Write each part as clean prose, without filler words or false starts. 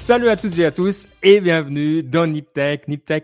Salut à toutes et à tous et bienvenue dans NipTech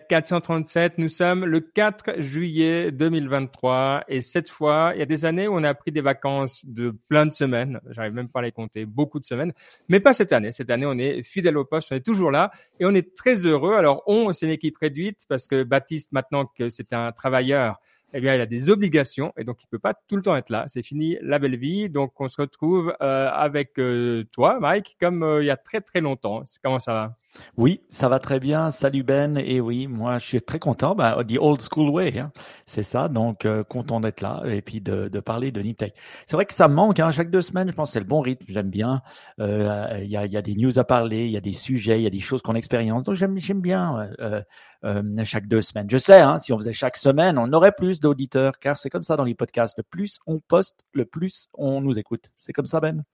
437. Nous sommes le 4 juillet 2023 et cette fois, il y a des années où on a pris des vacances de plein de semaines. J'arrive même pas à les compter, beaucoup de semaines, mais pas cette année. Cette année, on est fidèle au poste, on est toujours là et on est très heureux. Alors, c'est une équipe réduite parce que Baptiste, maintenant que c'est un travailleur, eh bien, il a des obligations et donc il peut pas tout le temps être là. C'est fini la belle vie. Donc, on se retrouve avec toi, Mike, comme il y a très très longtemps. Comment ça va? Oui, ça va très bien. Salut Ben. Et oui, moi, je suis très content. The old school way, hein. C'est ça. Donc, content d'être là et puis de parler de NipTech. C'est vrai que ça me manque, hein. Chaque 2 semaines, je pense que c'est le bon rythme. J'aime bien. Il y a des news à parler, il y a des sujets, il y a des choses qu'on expérience. Donc, j'aime bien chaque 2 semaines. Je sais, hein, si on faisait chaque semaine, on aurait plus d'auditeurs, car c'est comme ça dans les podcasts. Le plus on poste, le plus on nous écoute. C'est comme ça, Ben.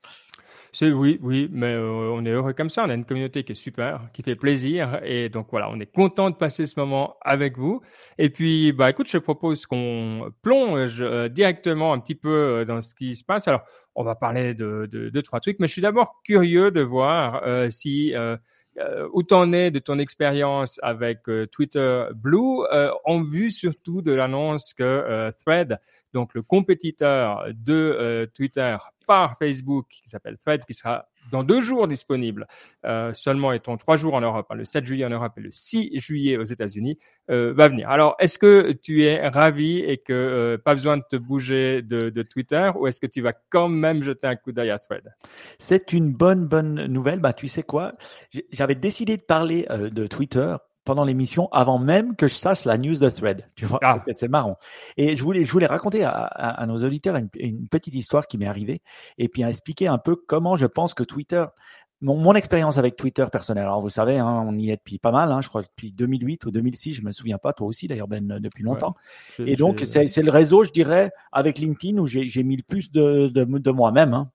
Oui, mais on est heureux comme ça. On a une communauté qui est super, qui fait plaisir, et donc voilà, on est content de passer ce moment avec vous. Et puis, écoute, je propose qu'on plonge directement un petit peu dans ce qui se passe. Alors, on va parler de trois trucs, mais je suis d'abord curieux de voir si où t'en es de ton expérience avec Twitter Blue, en vue surtout de l'annonce que Thread, donc le compétiteur de Twitter par Facebook, qui s'appelle Thread, qui sera dans 2 jours disponible, seulement étant 3 jours en Europe, le 7 juillet en Europe et le 6 juillet aux États-Unis, va venir. Alors, est-ce que tu es ravi et que pas besoin de te bouger de Twitter, ou est-ce que tu vas quand même jeter un coup d'œil à Thread? C'est une bonne nouvelle. Tu sais quoi? J'avais décidé de parler de Twitter pendant l'émission avant même que je sache la news de Thread. Tu vois, c'est marrant. Et je voulais raconter à nos auditeurs une petite histoire qui m'est arrivée et puis expliquer un peu comment je pense que Twitter, mon expérience avec Twitter personnelle. Alors, vous savez, hein, on y est depuis pas mal, hein, je crois depuis 2008 ou 2006, je me souviens pas, toi aussi d'ailleurs, Ben, depuis longtemps. Ouais. Et donc, c'est le réseau, je dirais, avec LinkedIn où j'ai mis le plus de moi-même, hein,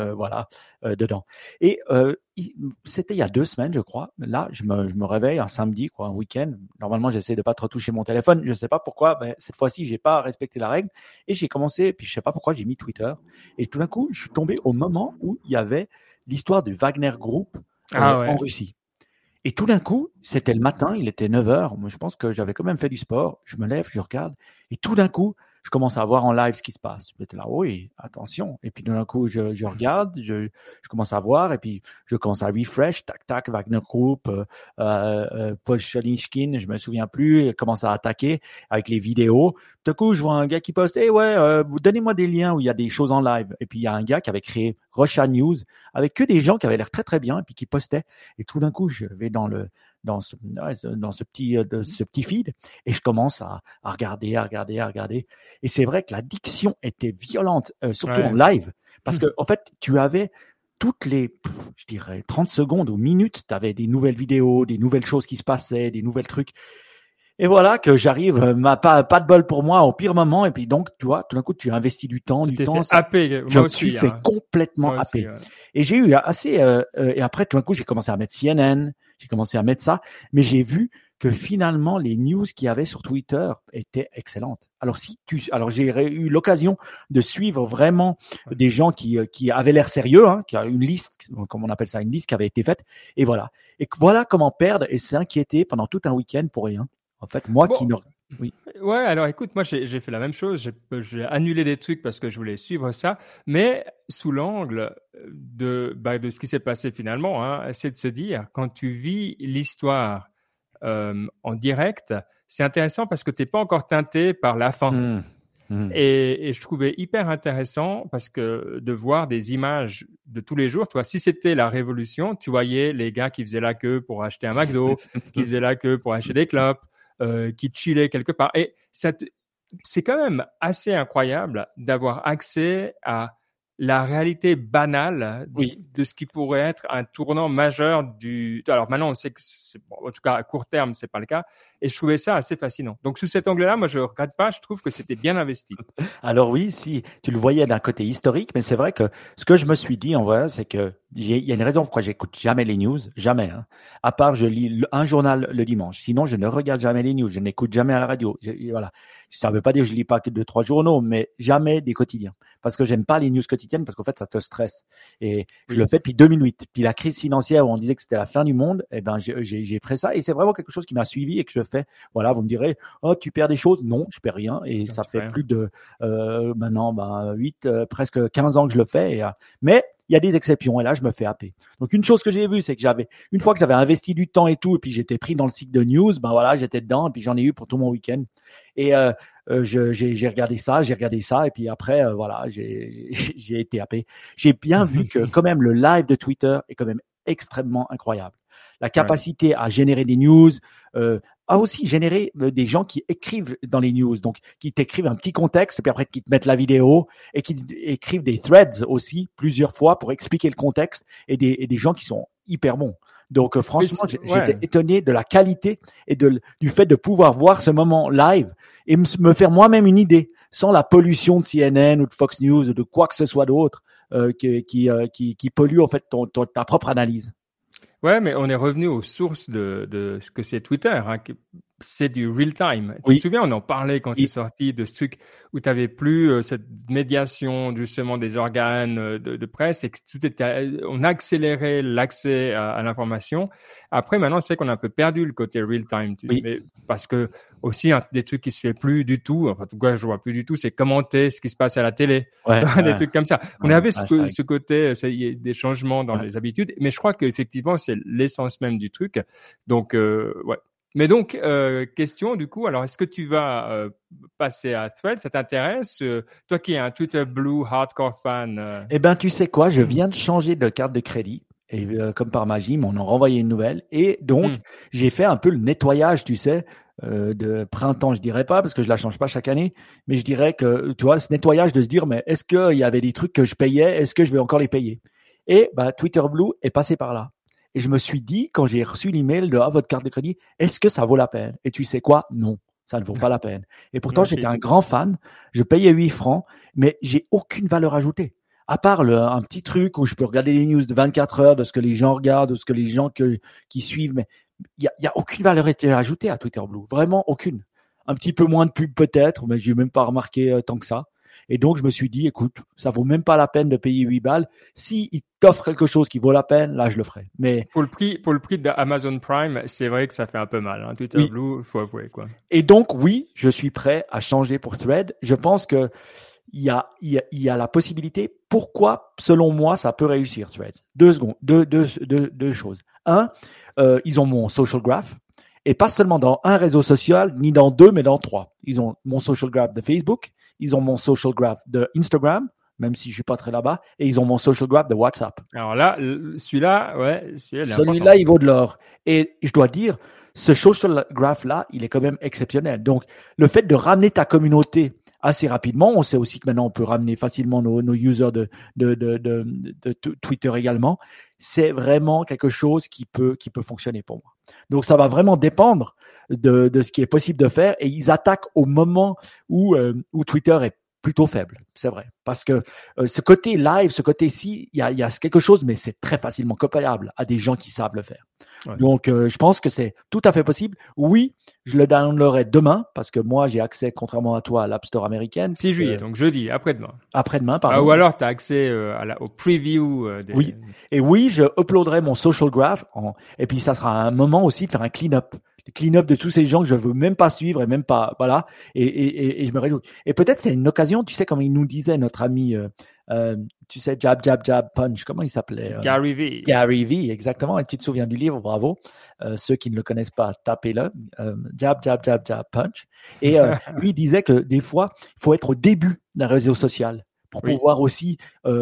dedans. Et c'était il y a 2 semaines, je crois. Là, je me réveille un samedi, un week-end. Normalement, j'essaie de pas trop toucher mon téléphone. Je sais pas pourquoi, cette fois-ci, j'ai pas respecté la règle. Et j'ai commencé, puis je sais pas pourquoi, j'ai mis Twitter. Et tout d'un coup, je suis tombé au moment où il y avait l'histoire du Wagner Group en Russie. Et tout d'un coup, c'était le matin, il était 9h. Moi, je pense que j'avais quand même fait du sport. Je me lève, je regarde. Et tout d'un coup, je commence à voir en live ce qui se passe. J'étais là, oui, attention. Et puis d'un coup, je regarde, je commence à voir. Et puis, je commence à refresh, tac, Wagner Group, Paul Chalishkin, je me souviens plus, commence à attaquer avec les vidéos. Tout d'un coup, je vois un gars qui poste, vous donnez-moi des liens où il y a des choses en live. Et puis, il y a un gars qui avait créé Russia News avec que des gens qui avaient l'air très, très bien et puis qui postaient. Et tout d'un coup, je vais dans ce petit feed et je commence à regarder. Et c'est vrai que la diction était violente, surtout en live, parce que en fait, tu avais toutes les, je dirais, 30 secondes ou minutes, tu avais des nouvelles vidéos, des nouvelles choses qui se passaient, des nouvelles trucs. Et voilà que j'arrive, pas de bol pour moi au pire moment. Et puis donc, tu vois, tout d'un coup, tu investis du temps. Je me suis fait complètement happer. Ouais. Et j'ai eu assez. Et après, tout d'un coup, j'ai commencé à mettre CNN, j'ai commencé à mettre ça, mais j'ai vu que finalement, les news qu'il y avait sur Twitter étaient excellentes. Alors j'ai eu l'occasion de suivre vraiment des gens qui avaient l'air sérieux, hein, qui a une liste, comme on appelle ça, une liste qui avait été faite. Et voilà comment perdre et s'inquiéter pendant tout un week-end pour rien. En fait, moi qui ne... Oui. Ouais, alors écoute, moi j'ai fait la même chose. J'ai annulé des trucs parce que je voulais suivre ça, mais sous l'angle de ce qui s'est passé finalement, hein, c'est de se dire, quand tu vis l'histoire en direct, c'est intéressant parce que t'es pas encore teinté par la fin. Et je trouvais hyper intéressant parce que de voir des images de tous les jours, toi, si c'était la révolution, tu voyais les gars qui faisaient la queue pour acheter un McDo, qui faisaient la queue pour acheter des clopes, qui chillaient quelque part. Et c'est quand même assez incroyable d'avoir accès à la réalité banale de ce qui pourrait être un tournant majeur Alors maintenant, on sait que en tout cas à court terme, c'est pas le cas. Et je trouvais ça assez fascinant. Donc sous cet angle-là, moi je regrette pas. Je trouve que c'était bien investi. Alors oui, si tu le voyais d'un côté historique, mais c'est vrai que ce que je me suis dit en vrai, c'est que il y a une raison pourquoi j'écoute jamais les news, jamais. Hein. À part je lis un journal le dimanche. Sinon, je ne regarde jamais les news. Je n'écoute jamais à la radio. Voilà. Ça veut pas dire que je lis pas que 2-3 journaux, mais jamais des quotidiens, parce que j'aime pas les news quotidiennes. quotidienne parce qu'en fait, ça te stresse. Et je le fais depuis 2008. Puis la crise financière où on disait que c'était la fin du monde, eh ben, j'ai fait ça et c'est vraiment quelque chose qui m'a suivi et que je fais. Voilà, vous me direz, oh, tu perds des choses. Non, je perds rien. Et ça fait plus de, maintenant, 8, presque 15 ans que je le fais. Mais il y a des exceptions et là, je me fais happer. Donc, une chose que j'ai vue, c'est que une fois que j'avais investi du temps et tout, et puis j'étais pris dans le cycle de news, ben voilà, j'étais dedans et puis j'en ai eu pour tout mon week-end. Et j'ai regardé ça et puis après, voilà, j'ai été happé. J'ai bien vu que quand même le live de Twitter est quand même extrêmement incroyable. La capacité à générer des news, a aussi généré des gens qui écrivent dans les news, donc qui t'écrivent un petit contexte, et puis après qui te mettent la vidéo et qui écrivent des threads aussi plusieurs fois pour expliquer le contexte et des gens qui sont hyper bons. Donc franchement, j'étais étonné de la qualité et du fait de pouvoir voir ce moment live et me faire moi-même une idée sans la pollution de CNN ou de Fox News ou de quoi que ce soit d'autre qui pollue en fait ta propre analyse. Ouais, mais on est revenu aux sources de ce que c'est Twitter. Hein. C'est du real time. Oui. Tu te souviens, on en parlait quand c'est sorti de ce truc où tu n'avais plus cette médiation justement des organes de presse et que tout était, on accélérait l'accès à l'information. Après, maintenant, c'est vrai qu'on a un peu perdu le côté real time. Mais parce que aussi, des trucs qui se fait plus du tout, enfin, en tout cas, je vois plus du tout, c'est commenter ce qui se passe à la télé. Des trucs comme ça. On avait ce côté, il y a des changements dans les habitudes, mais je crois qu'effectivement, c'est l'essence même du truc. Donc, ouais. Mais donc, question du coup, alors est-ce que tu vas passer à Threads? Ça t'intéresse? Toi qui es un Twitter Blue hardcore fan. Eh ben, tu sais quoi? Je viens de changer de carte de crédit. Et comme par magie, ils m'en ont renvoyé une nouvelle. Et donc, j'ai fait un peu le nettoyage, tu sais, de printemps, je dirais pas, parce que je la change pas chaque année. Mais je dirais que, tu vois, ce nettoyage de se dire, mais est-ce qu'il y avait des trucs que je payais? Est-ce que je vais encore les payer? Et Twitter Blue est passé par là. Et je me suis dit, quand j'ai reçu l'email de votre carte de crédit, est-ce que ça vaut la peine? Et tu sais quoi? Non, ça ne vaut pas la peine. Et pourtant, j'étais un grand fan. Je payais 8 francs, mais j'ai aucune valeur ajoutée. À part un petit truc où je peux regarder les news de 24 heures, de ce que les gens regardent, de ce que les gens qui suivent, mais il y a aucune valeur ajoutée à Twitter Blue. Vraiment aucune. Un petit peu moins de pub peut-être, mais j'ai même pas remarqué tant que ça. Et donc, je me suis dit, écoute, ça vaut même pas la peine de payer 8 balles. Si il t'offre quelque chose qui vaut la peine, là, je le ferai. Mais pour le prix d'Amazon Prime, c'est vrai que ça fait un peu mal. Hein. Twitter Blue, faut avouer quoi. Et donc, oui, je suis prêt à changer pour Thread. Je pense que il y a la possibilité. Pourquoi, selon moi, ça peut réussir Threads? Deux choses. Un, ils ont mon social graph. Et pas seulement dans un réseau social, ni dans 2, mais dans 3. Ils ont mon social graph de Facebook, ils ont mon social graph de Instagram, même si je suis pas très là-bas, et ils ont mon social graph de WhatsApp. Alors là, celui-là, il vaut de l'or. Et je dois dire, ce social graph-là, il est quand même exceptionnel. Donc, le fait de ramener ta communauté assez rapidement, on sait aussi que maintenant on peut ramener facilement nos users de Twitter également. C'est vraiment quelque chose qui peut fonctionner pour moi. Donc, ça va vraiment dépendre de ce qui est possible de faire. Et ils attaquent au moment où Twitter est plutôt faible, c'est vrai. Parce que ce côté live, ce côté-ci, il y a quelque chose, mais c'est très facilement copiable à des gens qui savent le faire. Ouais. Donc, je pense que c'est tout à fait possible. Oui, je le downloaderai demain, parce que moi, j'ai accès, contrairement à toi, à l'App Store américaine. 6 juillet, donc jeudi, après-demain. Après-demain, pardon. Ou alors, tu as accès au preview. Oui, et oui, je uploaderai mon social graph. Et puis, ça sera un moment aussi de faire un clean-up. Le clean-up de tous ces gens que je veux même pas suivre et même pas, voilà. Et je me réjouis. Et peut-être c'est une occasion, tu sais, comme il nous disait notre ami, tu sais, jab, punch. Comment il s'appelait? Gary V. Gary V, exactement. Et tu te souviens du livre, bravo. Ceux qui ne le connaissent pas, tapez-le. Jab, punch. Et lui, il disait que des fois, il faut être au début d'un réseau social pour pouvoir aussi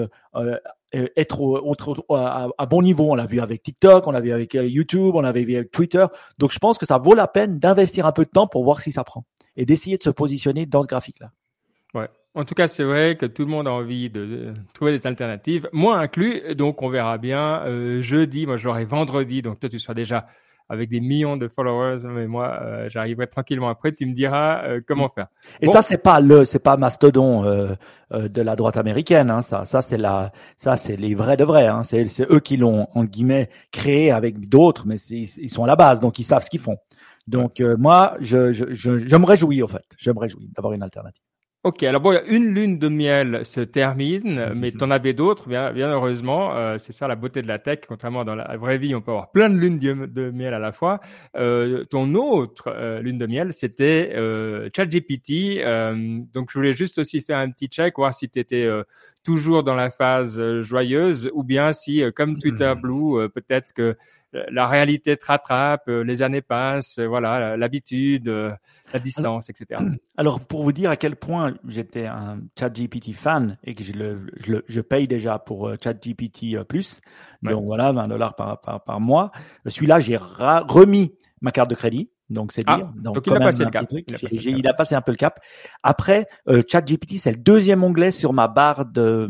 être à bon niveau. On l'a vu avec TikTok, on l'a vu avec YouTube, on l'avait vu avec Twitter. Donc, je pense que ça vaut la peine d'investir un peu de temps pour voir si ça prend et d'essayer de se positionner dans ce graphique-là. Ouais. En tout cas, c'est vrai que tout le monde a envie de trouver des alternatives, moi inclus. Donc, on verra bien. Jeudi, moi, j'aurai vendredi. Donc, toi, tu seras déjà avec des millions de followers, mais moi, j'arriverai tranquillement après. Tu me diras comment faire. Et ça, c'est pas Mastodon de la droite américaine. Hein, ça, c'est les vrais de vrais. Hein, c'est eux qui l'ont entre guillemets créé avec d'autres, mais ils sont à la base, donc ils savent ce qu'ils font. Donc moi, je me réjouis en fait. Je me réjouis d'avoir une alternative. Ok, alors bon, une lune de miel se termine, mais tu en avais d'autres, bien heureusement. C'est ça la beauté de la tech. Contrairement dans la vraie vie, on peut avoir plein de lunes de miel à la fois. Ton autre lune de miel, c'était ChatGPT. Donc, je voulais juste aussi faire un petit check, voir si tu étais toujours dans la phase joyeuse ou bien si, comme Twitter Blue, peut-être que la réalité te rattrape, les années passent, voilà, l'habitude, la distance, etc. Alors, pour vous dire à quel point j'étais un ChatGPT fan et que je paye déjà pour ChatGPT Plus, donc voilà, $20 par mois. Celui-là, j'ai remis ma carte de crédit. Donc, c'est dire. Donc il a passé le cap. Il a passé un peu le cap. Après, ChatGPT, c'est le deuxième onglet sur ma barre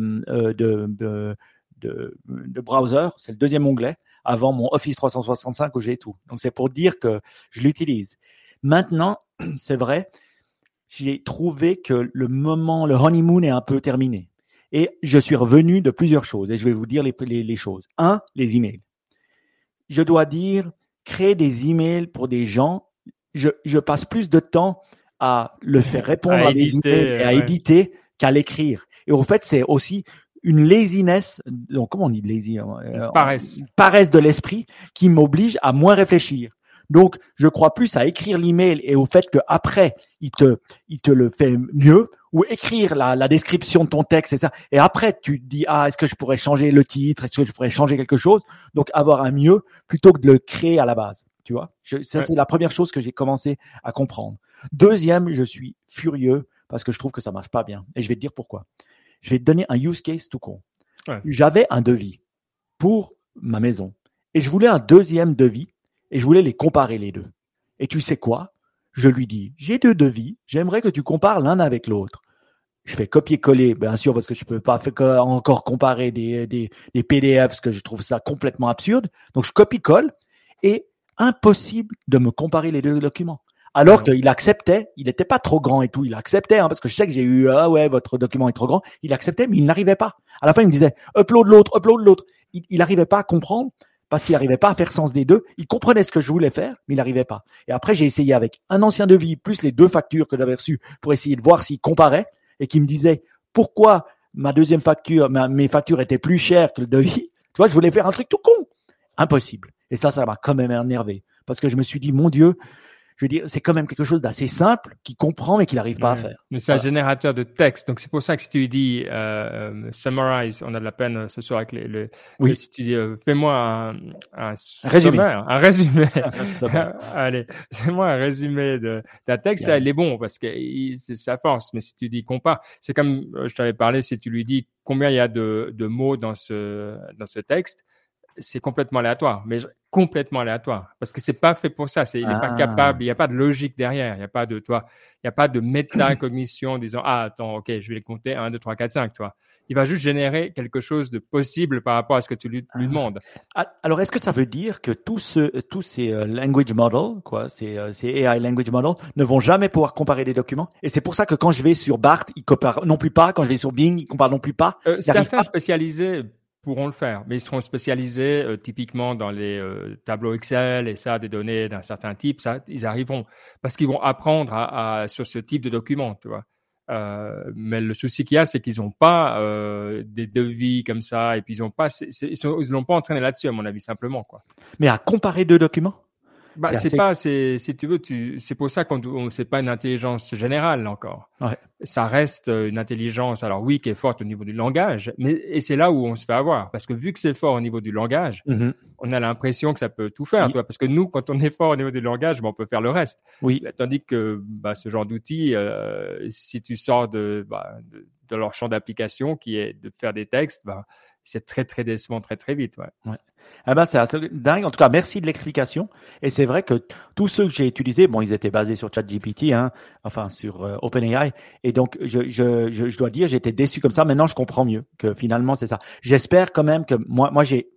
de browser. C'est le deuxième onglet avant mon Office 365 où j'ai tout. Donc, c'est pour dire que je l'utilise. Maintenant, c'est vrai, j'ai trouvé que le honeymoon est un peu terminé. Et je suis revenu de plusieurs choses. Et je vais vous dire les choses. Un, les emails. Je dois dire, créer des emails pour des gens, je passe plus de temps à le faire répondre à des emails et à éditer qu'à l'écrire. Et au fait, c'est aussi une laziness, donc comment on dit lazy, paresse de l'esprit qui m'oblige à moins réfléchir. Donc, je crois plus à écrire l'email et au fait que après il te le fait mieux, ou écrire la description de ton texte et ça. Et après, tu te dis, est-ce que je pourrais changer le titre? Est-ce que je pourrais changer quelque chose? Donc, avoir un mieux plutôt que de le créer à la base. Tu vois? C'est la première chose que j'ai commencé à comprendre. Deuxième, je suis furieux parce que je trouve que ça marche pas bien. Et je vais te dire pourquoi. Je vais te donner un use case tout con. Ouais. J'avais un devis pour ma maison et je voulais un deuxième devis et je voulais les comparer les deux. Et tu sais quoi? Je lui dis, j'ai 2 devis, j'aimerais que tu compares l'un avec l'autre. Je fais copier-coller, bien sûr, parce que je peux pas encore comparer des PDF, parce que je trouve ça complètement absurde. Donc, je copie-colle et impossible de me comparer les 2 documents. Alors qu'il acceptait, il n'était pas trop grand et tout, il acceptait, parce que je sais que j'ai eu, votre document est trop grand. Il acceptait, mais il n'arrivait pas. À la fin, il me disait, upload l'autre. Il n'arrivait pas à comprendre parce qu'il n'arrivait pas à faire sens des deux. Il comprenait ce que je voulais faire, mais il n'arrivait pas. Et après, j'ai essayé avec un ancien devis plus les 2 factures que j'avais reçues pour essayer de voir s'il comparait et qui me disait pourquoi ma deuxième facture, mes factures étaient plus chères que le devis. Tu vois, je voulais faire un truc tout con. Impossible. Et ça m'a quand même énervé parce que je me suis dit, mon Dieu, je veux dire, c'est quand même quelque chose d'assez simple qu'il comprend mais qu'il n'arrive pas à faire. Mais c'est un générateur de texte. Donc, c'est pour ça que si tu dis summarize, on a de la peine ce soir avec si tu dis fais-moi un résumé. Un résumé. Allez, fais-moi un résumé d'un texte. Il est bon parce que c'est sa force. Mais si tu dis compare, c'est comme je t'avais parlé, si tu lui dis combien il y a de mots dans ce texte, c'est complètement aléatoire, mais complètement aléatoire, parce que c'est pas fait pour ça. Il n'est pas capable, il n'y a pas de logique derrière, il n'y a pas de métacognition en disant attends, ok, je vais les compter 1, 2, 3, 4, 5, toi. Il va juste générer quelque chose de possible par rapport à ce que tu lui demandes. Alors, est-ce que ça veut dire que tous ces language models, ces AI language models, ne vont jamais pouvoir comparer des documents? Et c'est pour ça que quand je vais sur BART, ils comparent non plus pas. Quand je vais sur Bing, ils comparent non plus pas. Certains spécialisés pourront le faire, mais ils seront spécialisés typiquement dans les tableaux Excel et ça, des données d'un certain type, ça, ils arriveront parce qu'ils vont apprendre sur ce type de document, tu vois. Mais le souci qu'il y a, c'est qu'ils n'ont pas des devis comme ça et puis ils l'ont pas entraîné là-dessus, à mon avis, simplement, quoi. Mais à comparer 2 documents? Si tu veux, c'est pour ça qu'on c'est pas une intelligence générale encore. Ouais. Ça reste une intelligence, alors oui, qui est forte au niveau du langage, et c'est là où on se fait avoir, parce que vu que c'est fort au niveau du langage, on a l'impression que ça peut tout faire, toi, parce que nous, quand on est fort au niveau du langage, on peut faire le reste. Oui. Tandis que ce genre d'outil, si tu sors de leur champ d'application, qui est de faire des textes, c'est très très décevant très très vite, ouais. C'est assez dingue. En tout cas, merci de l'explication. Et c'est vrai que tous ceux que j'ai utilisés, ils étaient basés sur ChatGPT, sur OpenAI. Et donc, je dois dire, j'étais déçu comme ça. Maintenant, je comprends mieux que finalement, c'est ça. J'espère quand même que moi, j'ai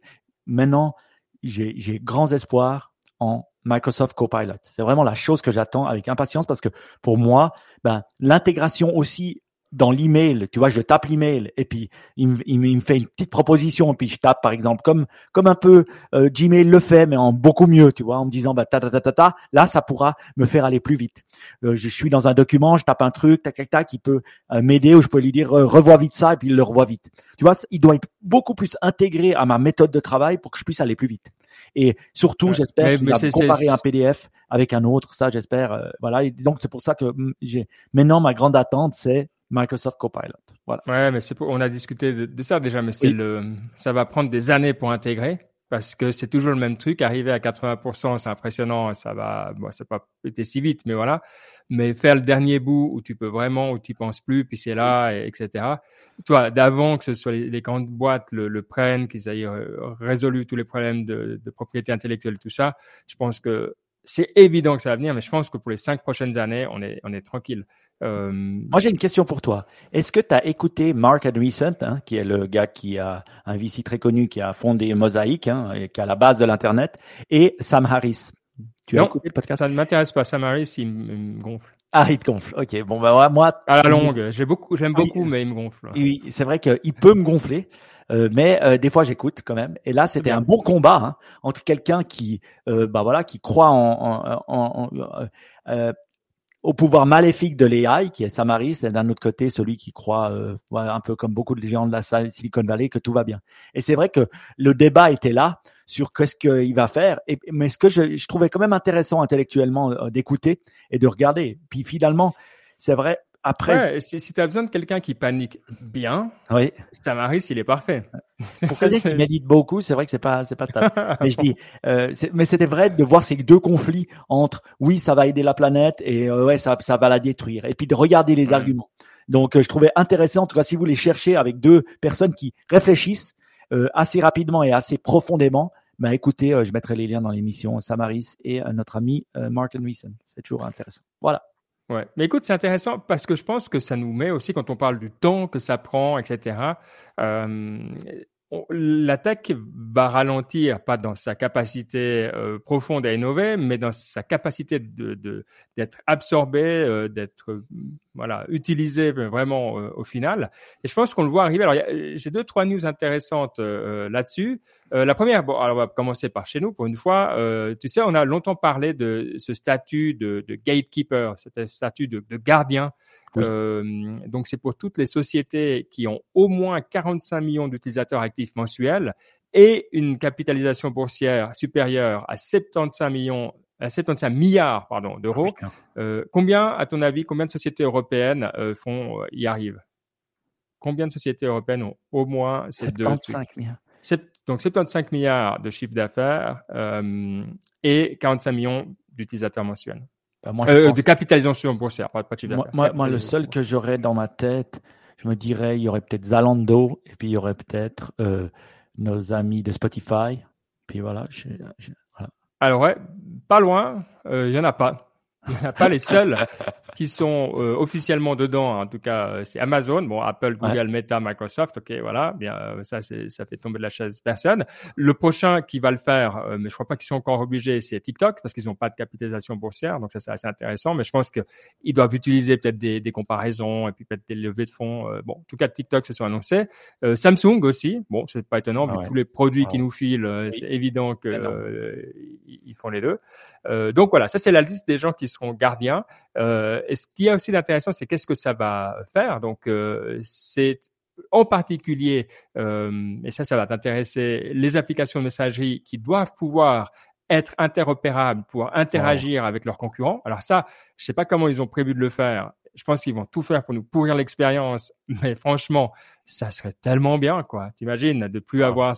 grands espoirs en Microsoft Copilot. C'est vraiment la chose que j'attends avec impatience parce que pour moi, l'intégration aussi dans l'email, tu vois, je tape l'email et puis il me fait une petite proposition et puis je tape par exemple comme un peu Gmail le fait mais en beaucoup mieux, tu vois, en me disant bah là ça pourra me faire aller plus vite. Je suis dans un document, je tape un truc, tac, il peut m'aider ou je peux lui dire revois vite ça et puis il le revoit vite. Tu vois, il doit être beaucoup plus intégré à ma méthode de travail pour que je puisse aller plus vite. Et surtout, j'espère qu'il va comparer un PDF avec un autre. Ça, j'espère. Voilà. Et donc, c'est pour ça que maintenant, ma grande attente, c'est Microsoft Copilot. Voilà. Ouais, mais on a discuté de ça déjà, mais ça va prendre des années pour intégrer parce que c'est toujours le même truc. Arriver à 80%, c'est impressionnant. Ça va pas été si vite, mais voilà. Mais faire le dernier bout où tu peux vraiment, où tu penses plus, puis c'est là, etc. Toi, d'avant que ce soit les grandes boîtes le prennent, qu'ils aient résolu tous les problèmes de propriété intellectuelle, tout ça, je pense que c'est évident que ça va venir, mais je pense que pour les 5 prochaines années, on est tranquille. Moi, j'ai une question pour toi. Est-ce que tu as écouté Mark Andreessen, qui est le gars qui a un VC très connu, qui a fondé Mosaic, et qui est à la base de l'Internet, et Sam Harris? Tu as écouté le podcast? Ça ne m'intéresse pas. Sam Harris, il me gonfle. Ah, il te gonfle. Ok. Bon, bah, moi. À la longue. J'aime beaucoup, mais il me gonfle. Oui, c'est vrai qu'il peut me gonfler. Mais des fois j'écoute quand même. Et là, c'était un bon combat entre quelqu'un qui, qui croit au pouvoir maléfique de l'AI, qui est Sam Harris, et d'un autre côté celui qui croit, un peu comme beaucoup de géants de la Silicon Valley, que tout va bien. Et c'est vrai que le débat était là sur qu'est-ce qu'il va faire. Mais ce que je trouvais quand même intéressant intellectuellement d'écouter et de regarder. Puis finalement, c'est vrai. Après, ouais, si tu as besoin de quelqu'un qui panique bien, oui. Sam Harris, il est parfait. Pour quelqu'un qui médite beaucoup, c'est vrai que c'est pas top. Mais je dis, mais c'était vrai de voir ces deux conflits entre oui, ça va aider la planète et ça va la détruire. Et puis de regarder les arguments. Donc, je trouvais intéressant, en tout cas, si vous les cherchez avec deux personnes qui réfléchissent assez rapidement et assez profondément, ben écoutez, je mettrai les liens dans l'émission, Sam Harris et notre ami Mark Andreessen. C'est toujours intéressant. Voilà. Ouais. Mais écoute, c'est intéressant parce que je pense que ça nous met aussi, quand on parle du temps que ça prend, etc., la tech va ralentir, pas dans sa capacité profonde à innover, mais dans sa capacité d'être absorbée, d'être utilisée vraiment au final. Et je pense qu'on le voit arriver. Alors, j'ai 2-3 news intéressantes là-dessus. La première, alors on va commencer par chez nous pour une fois. Tu sais, on a longtemps parlé de ce statut de gatekeeper, cet statut de gardien. Oui. Donc, c'est pour toutes les sociétés qui ont au moins 45 millions d'utilisateurs actifs mensuels et une capitalisation boursière supérieure à 75 milliards d'euros. Combien, à ton avis, combien de sociétés européennes y arrivent? Combien de sociétés européennes ont au moins ces deux trucs? 75 milliards. Donc, 75 milliards de chiffre d'affaires et 45 millions d'utilisateurs mensuels. Moi, de capitalisation boursière, pas de chiffre d'affaires. Moi, le seul que j'aurais dans ma tête, je me dirais, il y aurait peut-être Zalando et puis il y aurait peut-être nos amis de Spotify. Puis voilà. Voilà. Alors ouais, pas loin, il y en a pas. Il n'y en a pas. Les seuls qui sont officiellement dedans, en tout cas, c'est Amazon, bon, Apple, Google, Meta, Microsoft, ok, voilà, bien, ça fait tomber de la chaise personne. Le prochain qui va le faire, mais je crois pas qu'ils sont encore obligés, c'est TikTok, parce qu'ils n'ont pas de capitalisation boursière, donc ça c'est assez intéressant, mais je pense qu'ils doivent utiliser peut-être des comparaisons et puis peut-être des levées de fonds. Bon, en tout cas, TikTok se sont annoncés. Samsung aussi, bon, c'est pas étonnant, vu tous les produits qu'ils nous filent, c'est évident que ils font les deux. Donc voilà, ça c'est la liste des gens qui seront gardiens. Et ce qu'il y a aussi d'intéressant, c'est qu'est-ce que ça va faire. Donc, c'est en particulier, et ça va t'intéresser, les applications de messagerie qui doivent pouvoir être interopérables, pouvoir interagir avec leurs concurrents. Alors ça, je sais pas comment ils ont prévu de le faire. Je pense qu'ils vont tout faire pour nous pourrir l'expérience, mais franchement, ça serait tellement bien, quoi. T'imagines de plus avoir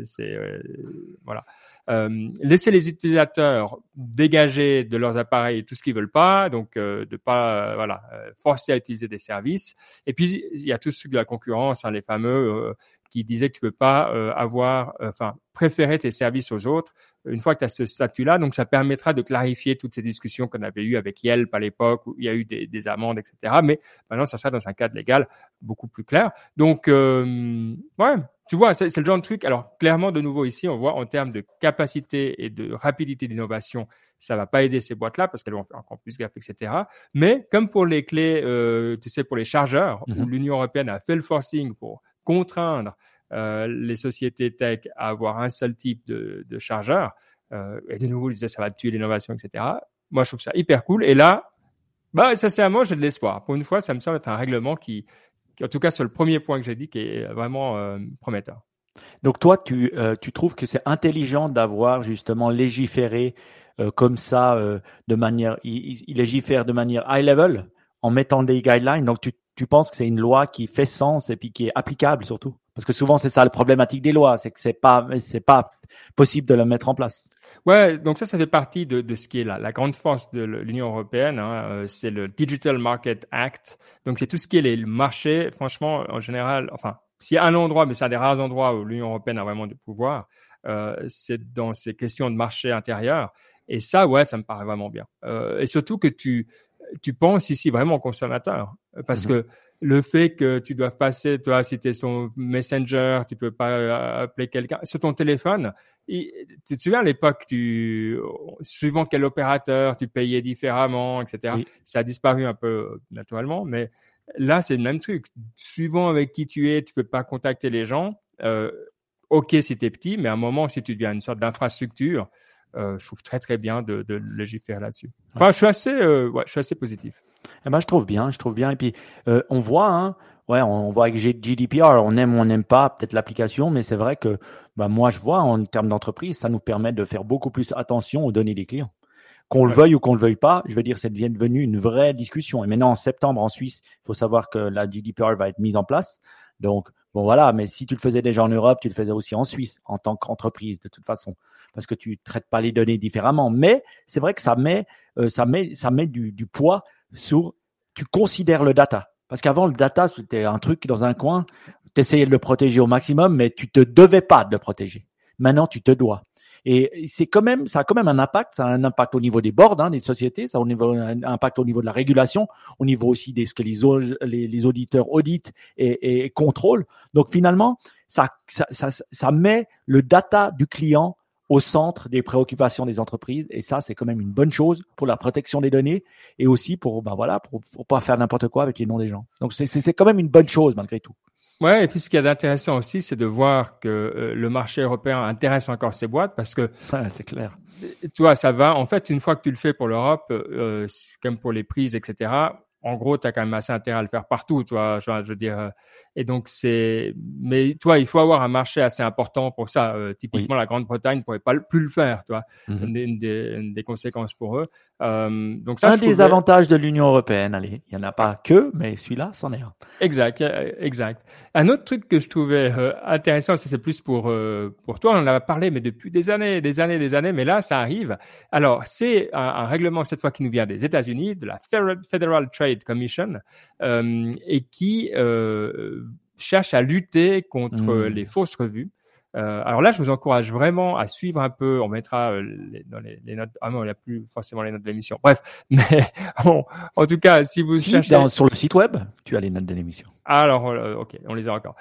voilà. Laisser les utilisateurs dégager de leurs appareils tout ce qu'ils veulent pas, donc de pas forcer à utiliser des services. Et puis il y a tout ce truc de la concurrence, les fameux qui disaient que tu peux pas préférer tes services aux autres. une fois que tu as ce statut-là, donc ça permettra de clarifier toutes ces discussions qu'on avait eues avec Yelp à l'époque où il y a eu des amendes, etc. Mais maintenant, ça sera dans un cadre légal beaucoup plus clair. Donc, ouais, tu vois, c'est le genre de truc. Alors, clairement, de nouveau ici, on voit en termes de capacité et de rapidité d'innovation, ça va pas aider ces boîtes-là parce qu'elles vont faire encore plus gaffe, etc. Mais comme pour les clés, tu sais, pour les chargeurs, où l'Union européenne a fait le forcing pour contraindre les sociétés tech à avoir un seul type de chargeur, et de nouveau, ils disaient ça va tuer l'innovation, etc. Moi, je trouve ça hyper cool. Et là, sincèrement, j'ai de l'espoir. Pour une fois, ça me semble être un règlement qui en tout cas, sur le premier point que j'ai dit, qui est vraiment prometteur. Donc toi, tu trouves que c'est intelligent d'avoir justement légiféré comme ça, de manière, il légifère de manière high level en mettant des guidelines. Donc tu penses que c'est une loi qui fait sens et puis qui est applicable surtout, parce que souvent c'est ça la problématique des lois, c'est que c'est pas possible de la mettre en place. Ouais, donc ça fait partie de ce qui est la grande force de l'Union européenne. Hein, c'est le Digital Market Act. Donc c'est tout ce qui est les marchés. Franchement, en général, enfin, s'il y a un endroit, mais c'est un des rares endroits où l'Union européenne a vraiment du pouvoir, c'est dans ces questions de marché intérieur. Et ça, ouais, ça me paraît vraiment bien. Et surtout que tu penses ici vraiment au consommateur, parce que le fait que tu dois passer, toi, si tu es son Messenger, tu peux pas appeler quelqu'un sur ton téléphone. Tu te souviens à l'époque, suivant quel opérateur, tu payais différemment, etc. Oui. Ça a disparu un peu naturellement, mais là, c'est le même truc. Suivant avec qui tu es, tu peux pas contacter les gens. OK, si tu es petit, mais à un moment, si tu deviens une sorte d'infrastructure, je trouve très, très bien de légiférer là-dessus. Enfin, je suis assez positif. Eh ben, je trouve bien. Et puis, on voit, hein, on voit avec GDPR, on aime ou on n'aime pas peut-être l'application, mais c'est vrai que, moi, je vois en termes d'entreprise, ça nous permet de faire beaucoup plus attention aux données des clients. Qu'on le veuille ou qu'on le veuille pas, je veux dire, c'est devenu une vraie discussion. Et maintenant, en septembre, en Suisse, il faut savoir que la GDPR va être mise en place. Donc, bon, voilà, mais si tu le faisais déjà en Europe, tu le faisais aussi en Suisse, en tant qu'entreprise, de toute façon, parce que tu traites pas les données différemment. Mais c'est vrai que ça met du poids sur, tu considères le data. Parce qu'avant, le data, c'était un truc dans un coin, tu essayais de le protéger au maximum, mais tu te devais pas de le protéger. Maintenant, tu te dois. Et ça a quand même un impact. Ça a un impact au niveau des boards, des sociétés. Ça a un impact au niveau de la régulation, au niveau aussi de ce que les auditeurs auditent et contrôlent. Donc finalement, ça met le data du client au centre des préoccupations des entreprises. Et ça, c'est quand même une bonne chose pour la protection des données et aussi pour pas faire n'importe quoi avec les noms des gens. Donc c'est quand même une bonne chose malgré tout. Ouais, et puis ce qu'il y a d'intéressant aussi, c'est de voir que le marché européen intéresse encore ces boîtes parce que c'est clair. Tu vois, ça va. En fait, une fois que tu le fais pour l'Europe, comme pour les prises, etc. En gros, tu as quand même assez intérêt à le faire partout, toi. Je veux dire. Et donc mais toi, il faut avoir un marché assez important pour ça. Typiquement, la Grande-Bretagne ne pourrait pas plus le faire, toi. Une des conséquences pour eux. Donc ça, un des avantages de l'Union européenne, allez, il y en a pas que, mais celui-là, c'en est un. Exact. Un autre truc que je trouvais intéressant, c'est plus pour toi, on en a parlé, mais depuis des années, mais là, ça arrive. Alors, c'est un règlement cette fois qui nous vient des États-Unis, de la Federal Trade Commission, et qui cherche à lutter contre les fausses revues. Alors là, je vous encourage vraiment à suivre un peu. On mettra dans les notes. Ah non, il n'y a plus forcément les notes de l'émission. Bref, mais en tout cas, si vous cherchez sur le site web, tu as les notes de l'émission. Alors, ok, on les a encore.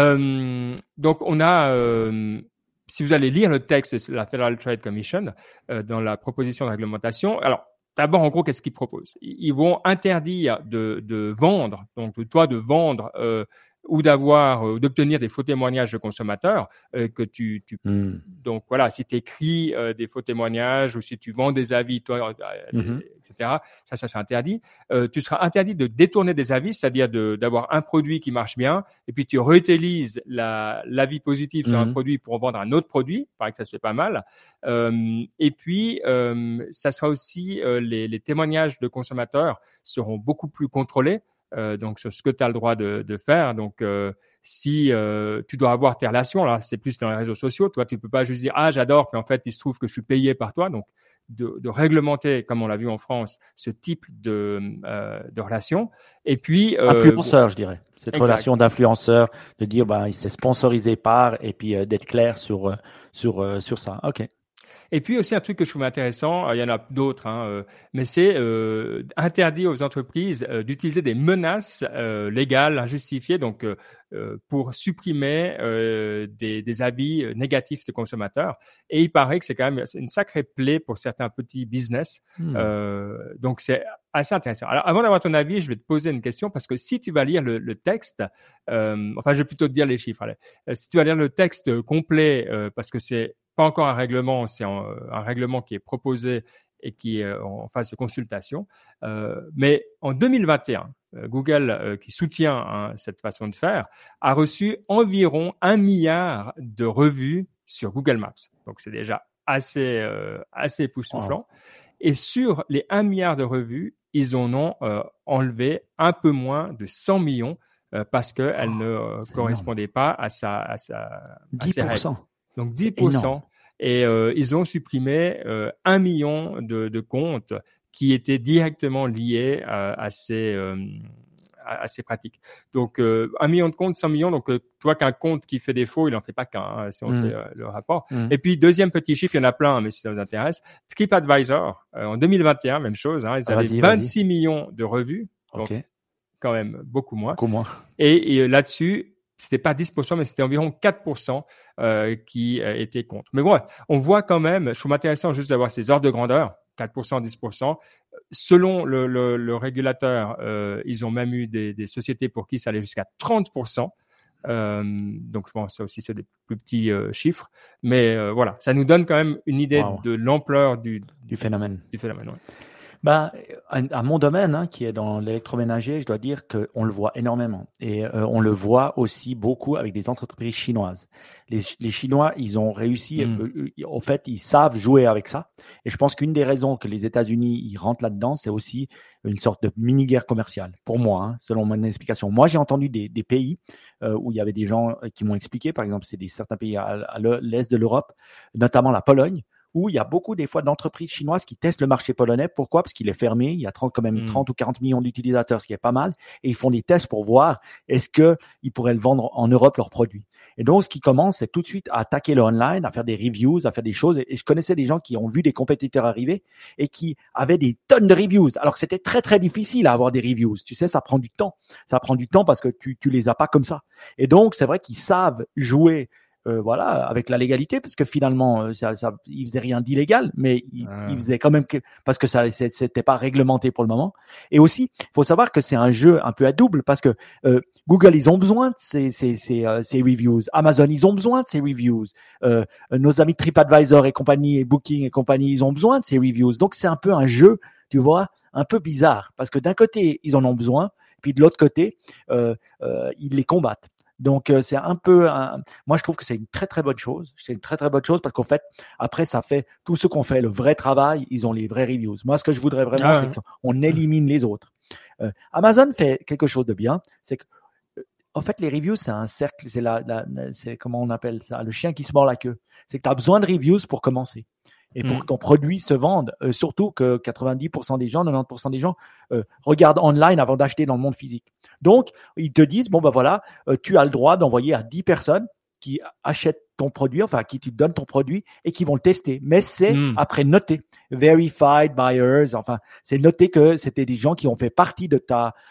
Donc, on a. Si vous allez lire le texte de la Federal Trade Commission dans la proposition de réglementation, alors. D'abord, en gros, qu'est-ce qu'ils proposent ? Ils vont interdire de vendre, donc toi de vendre ou d'obtenir des faux témoignages de consommateurs que donc voilà, si tu écris des faux témoignages ou si tu vends des avis, toi, etc. Ça c'est interdit. Tu seras interdit de détourner des avis, c'est-à-dire d'avoir un produit qui marche bien et puis tu réutilises l'avis positif sur un produit pour vendre un autre produit. Il paraît que ça se fait pas mal. Et puis ça sera aussi les témoignages de consommateurs seront beaucoup plus contrôlés. Donc sur ce que tu as le droit de faire. Donc si tu dois avoir tes relations, là c'est plus dans les réseaux sociaux, toi tu peux pas juste dire j'adore, puis en fait il se trouve que je suis payé par toi. Donc de réglementer, comme on l'a vu en France, ce type de relation. Et puis influenceur, je dirais. Cette relation d'influenceur, de dire il s'est sponsorisé par, et puis d'être clair sur ça. Ok. Et puis aussi un truc que je trouve intéressant, il y en a d'autres, mais c'est interdit aux entreprises d'utiliser des menaces légales, injustifiées, donc pour supprimer des avis négatifs de consommateurs. Et il paraît que c'est quand même une sacrée plaie pour certains petits business. Donc c'est assez intéressant. Alors avant d'avoir ton avis, je vais te poser une question parce que si tu vas lire le texte, enfin je vais plutôt te dire les chiffres. Allez. Si tu vas lire le texte complet, parce que c'est pas encore un règlement, c'est un règlement qui est proposé et qui est en phase de consultation. Mais en 2021, Google, qui soutient cette façon de faire, a reçu environ 1 milliard de revues sur Google Maps. Donc c'est déjà assez époustouflant. Wow. Et sur les 1 milliard de revues, ils en ont enlevé un peu moins de 100 millions parce qu'elles ne correspondaient pas à sa 10%. Donc 10%. Et ils ont supprimé 1 million de comptes qui étaient directement liés à ces pratiques. Donc 1 million de comptes, 100 millions. Donc toi qu'un compte qui fait défaut, il n'en fait pas qu'un, si on fait le rapport. Et puis deuxième petit chiffre, il y en a plein, mais si ça vous intéresse, TripAdvisor en 2021, même chose. Ils avaient 26 millions de revues. Donc quand même beaucoup moins. Et là-dessus, c'était pas 10%, mais c'était environ 4% qui étaient contre. Mais bon, on voit quand même, je trouve intéressant juste d'avoir ces ordres de grandeur, 4%, 10%. Selon le régulateur, ils ont même eu des sociétés pour qui ça allait jusqu'à 30%. Donc, bon, ça aussi, c'est des plus petits chiffres. Mais voilà, ça nous donne quand même une idée de l'ampleur du phénomène. Du phénomène, ouais. À mon domaine, qui est dans l'électroménager, je dois dire qu'on le voit énormément. Et on le voit aussi beaucoup avec des entreprises chinoises. Les Chinois, ils ont réussi, en fait, ils savent jouer avec ça. Et je pense qu'une des raisons que les États-Unis ils rentrent là-dedans, c'est aussi une sorte de mini-guerre commerciale. Pour moi, selon mon explication. Moi, j'ai entendu des pays où il y avait des gens qui m'ont expliqué, par exemple, c'est certains pays à l'est de l'Europe, notamment la Pologne, où il y a beaucoup des fois d'entreprises chinoises qui testent le marché polonais. Pourquoi? Parce qu'il est fermé. Il y a 30 ou 40 millions d'utilisateurs, ce qui est pas mal. Et ils font des tests pour voir est-ce qu'ils pourraient le vendre en Europe, leurs produits. Et donc, ce qui commence, c'est tout de suite à attaquer le online, à faire des reviews, à faire des choses. Et je connaissais des gens qui ont vu des compétiteurs arriver et qui avaient des tonnes de reviews. Alors que c'était très, très difficile à avoir des reviews. Tu sais, ça prend du temps. Ça prend du temps parce que tu les as pas comme ça. Et donc, c'est vrai qu'ils savent jouer avec la légalité, parce que finalement, ils faisaient rien d'illégal, mais ils faisaient quand même parce que c'était pas réglementé pour le moment. Et aussi, il faut savoir que c'est un jeu un peu à double, parce que Google, ils ont besoin de ces reviews. Amazon, ils ont besoin de ces reviews. Nos amis TripAdvisor et compagnie, et Booking et compagnie, ils ont besoin de ces reviews. Donc, c'est un peu un jeu, tu vois, un peu bizarre, parce que d'un côté, ils en ont besoin, puis de l'autre côté, ils les combattent. Donc c'est un peu moi je trouve que c'est une très très bonne chose. C'est une très très bonne chose parce qu'en fait après ça fait tout ce qu'on fait le vrai travail, ils ont les vrais reviews. Moi ce que je voudrais vraiment c'est qu'on élimine les autres. Amazon fait quelque chose de bien, c'est que en fait les reviews c'est un cercle, c'est comment on appelle ça, le chien qui se mord la queue. C'est que tu as besoin de reviews pour commencer. Et pour que ton produit se vende, surtout que 90% des gens, 90% des gens regardent online avant d'acheter dans le monde physique. Donc, ils te disent, bon, ben voilà, tu as le droit d'envoyer à 10 personnes qui achètent ton produit, enfin, à qui tu donnes ton produit et qui vont le tester. Mais c'est après noté. Verified buyers, enfin, c'est noté que c'était des gens qui ont fait partie de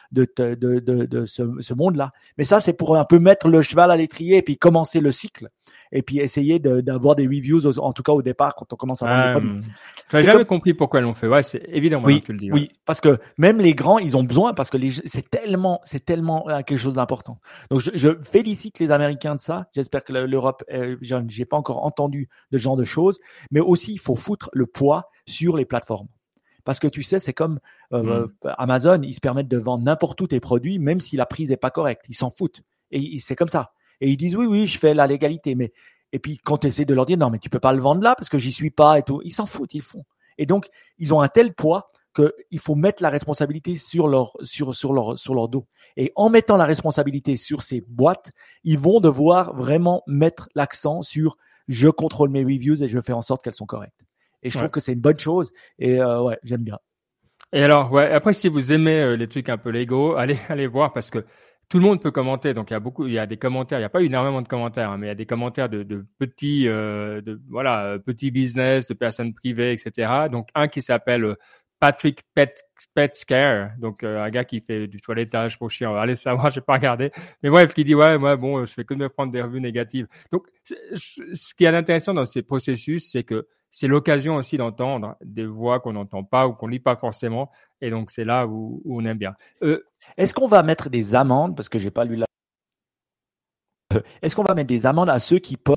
ce monde-là. Mais ça, c'est pour un peu mettre le cheval à l'étrier et puis commencer le cycle. Et puis essayer d'avoir des reviews, en tout cas au départ, quand on commence à vendre des produits. Je n'ai jamais compris pourquoi ils l'ont fait. Ouais, c'est évidemment que tu le dis. Oui, parce que même les grands, ils ont besoin, parce que c'est tellement quelque chose d'important. Donc, je félicite les Américains de ça. J'espère que l'Europe, j'ai pas encore entendu de ce genre de choses. Mais aussi, il faut foutre le poids sur les plateformes. Parce que tu sais, c'est comme Amazon, ils se permettent de vendre n'importe où tes produits, même si la prise est pas correcte. Ils s'en foutent. Et c'est comme ça. Et ils disent oui, je fais la légalité. Et puis quand tu essaies de leur dire non, mais tu peux pas le vendre là parce que j'y suis pas et tout, ils s'en foutent, ils le font. Et donc ils ont un tel poids qu'il faut mettre la responsabilité sur leur dos. Et en mettant la responsabilité sur ces boîtes, ils vont devoir vraiment mettre l'accent sur je contrôle mes reviews et je fais en sorte qu'elles sont correctes. Et je trouve que c'est une bonne chose. Et j'aime bien. Et alors, après, si vous aimez les trucs un peu légaux, allez voir parce que tout le monde peut commenter. Donc il y a des commentaires. Il n'y a pas énormément de commentaires, hein, mais il y a des commentaires de petits, petits business, de personnes privées, etc. Donc un qui s'appelle Patrick Petscare, donc un gars qui fait du toilettage pour chiens. Allez savoir, j'ai pas regardé. Mais bref, qui dit ouais, moi bon, je fais que de me prendre des revues négatives. Donc ce qui est intéressant dans ces processus, c'est que c'est l'occasion aussi d'entendre des voix qu'on n'entend pas ou qu'on lit pas forcément. Et donc c'est là où on aime bien. Est-ce qu'on va mettre des amendes, parce que j'ai pas lu la... Est-ce qu'on va mettre des amendes à ceux qui postent,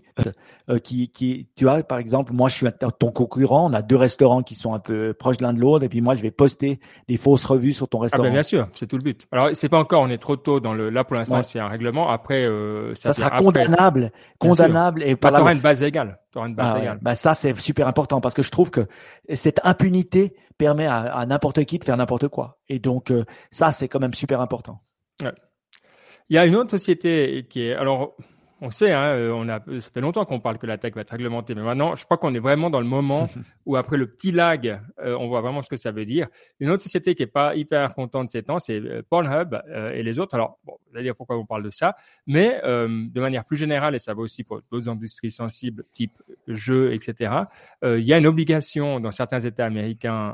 tu vois, par exemple, moi je suis ton concurrent, on a 2 restaurants qui sont un peu proches l'un de l'autre, et puis moi je vais poster des fausses revues sur ton restaurant. Ah ben bien sûr, c'est tout le but. Alors c'est pas encore, on est trop tôt dans là pour l'instant, c'est un règlement. Après, ça sera condamnable et pas. T'auras une base égale. Bah ça c'est super important parce que je trouve que cette impunité permet à n'importe qui de faire n'importe quoi, et donc ça c'est quand même super important. Ouais. Il y a une autre société qui est, alors, on sait, hein, ça fait longtemps qu'on parle que la tech va être réglementée, mais maintenant, je crois qu'on est vraiment dans le moment où après le petit lag, on voit vraiment ce que ça veut dire. Une autre société qui est pas hyper contente de ces temps, c'est Pornhub et les autres. Alors, bon, vous allez dire pourquoi on parle de ça, mais de manière plus générale, et ça va aussi pour d'autres industries sensibles, type jeux, etc. Il y a une obligation dans certains États américains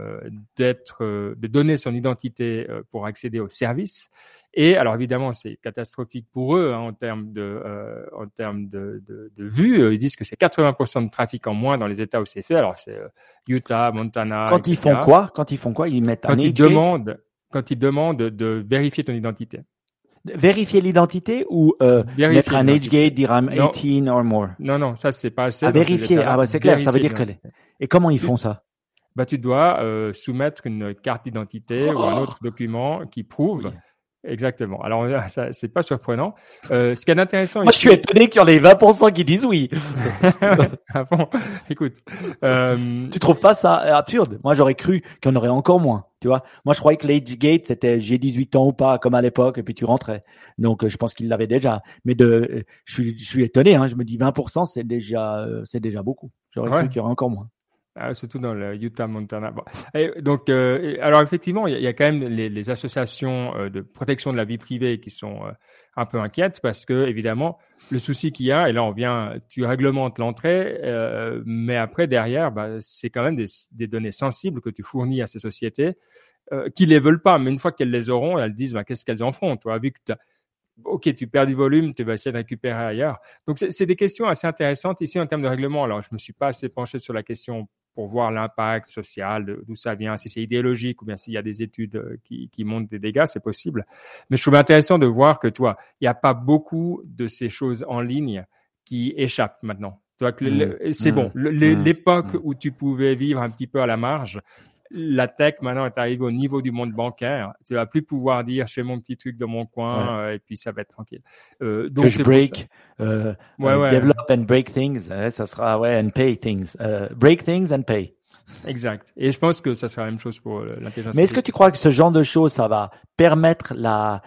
de donner son identité pour accéder aux services. Et alors évidemment, c'est catastrophique pour eux hein, en termes de vues. Ils disent que c'est 80% de trafic en moins dans les États où c'est fait. Alors c'est Utah, Montana. Quand ils font quoi? Ils mettent un age gate. Quand ils demandent de vérifier ton identité. Vérifier l'identité ou mettre un age gate, dire I'm 18 or more? Non, ça c'est pas assez. À vérifier. Ah bah c'est clair. Ça veut dire que. Et comment ils font ça? Bah tu dois soumettre une carte d'identité ou un autre document qui prouve. Oui. Exactement. Alors, ça, c'est pas surprenant. Ce qui est intéressant Moi, je suis étonné qu'il y en ait 20% qui disent oui. Ah bon, écoute. Tu trouves pas ça absurde? Moi, j'aurais cru qu'il y en aurait encore moins. Tu vois? Moi, je croyais que l'age gate, c'était j'ai 18 ans ou pas, comme à l'époque, et puis tu rentrais. Donc, je pense qu'ils l'avaient déjà. Mais je suis étonné, hein. Je me dis 20%, c'est déjà beaucoup. J'aurais cru qu'il y aurait encore moins. Surtout dans le Utah, Montana. Bon. Et donc, alors effectivement, il y a quand même les associations de protection de la vie privée qui sont un peu inquiètes parce que évidemment, le souci qu'il y a, et là tu réglementes l'entrée, mais après derrière, c'est quand même des données sensibles que tu fournis à ces sociétés qui les veulent pas, mais une fois qu'elles les auront, elles disent qu'est-ce qu'elles en font, toi, vu que ok, tu perds du volume, tu vas essayer de récupérer ailleurs. Donc, c'est des questions assez intéressantes ici en termes de règlement. Alors, je me suis pas assez penché sur la question pour voir l'impact social, d'où ça vient, si c'est idéologique ou bien s'il y a des études qui montrent des dégâts, c'est possible. Mais je trouve intéressant de voir que, toi, il n'y a pas beaucoup de ces choses en ligne qui échappent maintenant. Toi, c'est bon. L'époque où tu pouvais vivre un petit peu à la marge, la tech maintenant est arrivée au niveau du monde bancaire. Tu vas plus pouvoir dire je fais mon petit truc dans mon coin et puis ça va être tranquille. Donc que je break, develop and break things. Ça sera and pay things. Break things and pay. Exact. Et je pense que ça sera la même chose pour l'intelligence. Mais est-ce que tu crois que ce genre de choses, ça va permettre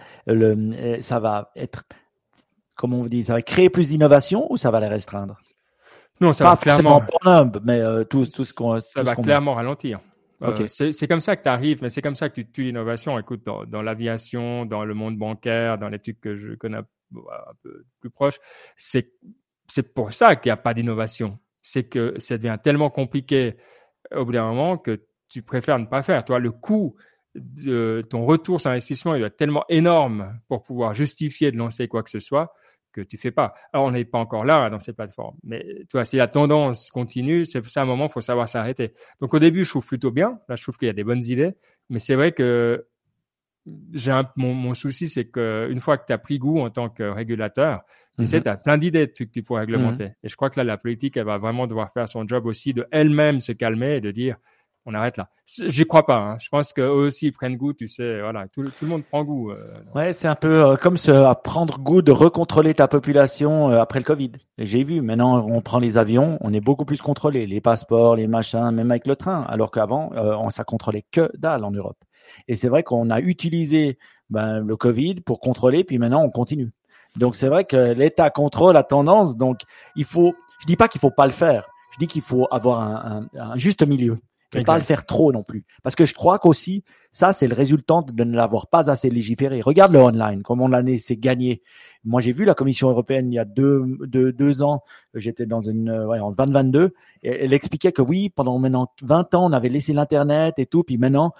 ça va être, comment on dit, ça va créer plus d'innovation ou ça va les restreindre? Non, ça va clairement. Mais tout ce qu'on. Ça va clairement ralentir. Okay. C'est comme ça que tu arrives, mais c'est comme ça que tu tues l'innovation. Écoute, dans l'aviation, dans le monde bancaire, dans les trucs que je connais un peu plus proches, c'est pour ça qu'il n'y a pas d'innovation. C'est que ça devient tellement compliqué au bout d'un moment que tu préfères ne pas faire. Toi, le coût de ton retour sur investissement, il doit être tellement énorme pour pouvoir justifier de lancer quoi que ce soit que tu fais pas. Alors, on n'est pas encore là dans ces plateformes, mais toi, si la tendance continue, c'est à un moment, il faut savoir s'arrêter. Donc, au début, je trouve plutôt bien. Là, je trouve qu'il y a des bonnes idées, mais c'est vrai que mon souci, c'est qu'une fois que tu as pris goût en tant que régulateur, tu sais, tu as plein d'idées de trucs que tu pourrais réglementer. Et je crois que là, la politique, elle va vraiment devoir faire son job aussi de elle-même se calmer et de dire on arrête là. J'y crois pas. Hein. Je pense qu'eux aussi ils prennent goût. Tu sais, voilà, tout le monde prend goût. Ouais, c'est un peu comme prendre goût de recontrôler ta population après le Covid. Et j'ai vu. Maintenant, on prend les avions, on est beaucoup plus contrôlé, les passeports, les machins, même avec le train. Alors qu'avant, ça contrôlait que dalle en Europe. Et c'est vrai qu'on a utilisé le Covid pour contrôler, puis maintenant on continue. Donc c'est vrai que l'État contrôle la tendance. Donc je dis pas qu'il faut pas le faire. Je dis qu'il faut avoir un juste milieu. Et pas le faire trop non plus. Parce que je crois qu'aussi, ça, c'est le résultat de ne l'avoir pas assez légiféré. Regarde le online, comme on l'a laissé gagner. Moi, j'ai vu la Commission européenne il y a deux ans. J'étais dans en 2022. Et elle expliquait que oui, pendant maintenant 20 ans, on avait laissé l'Internet et tout. Puis maintenant,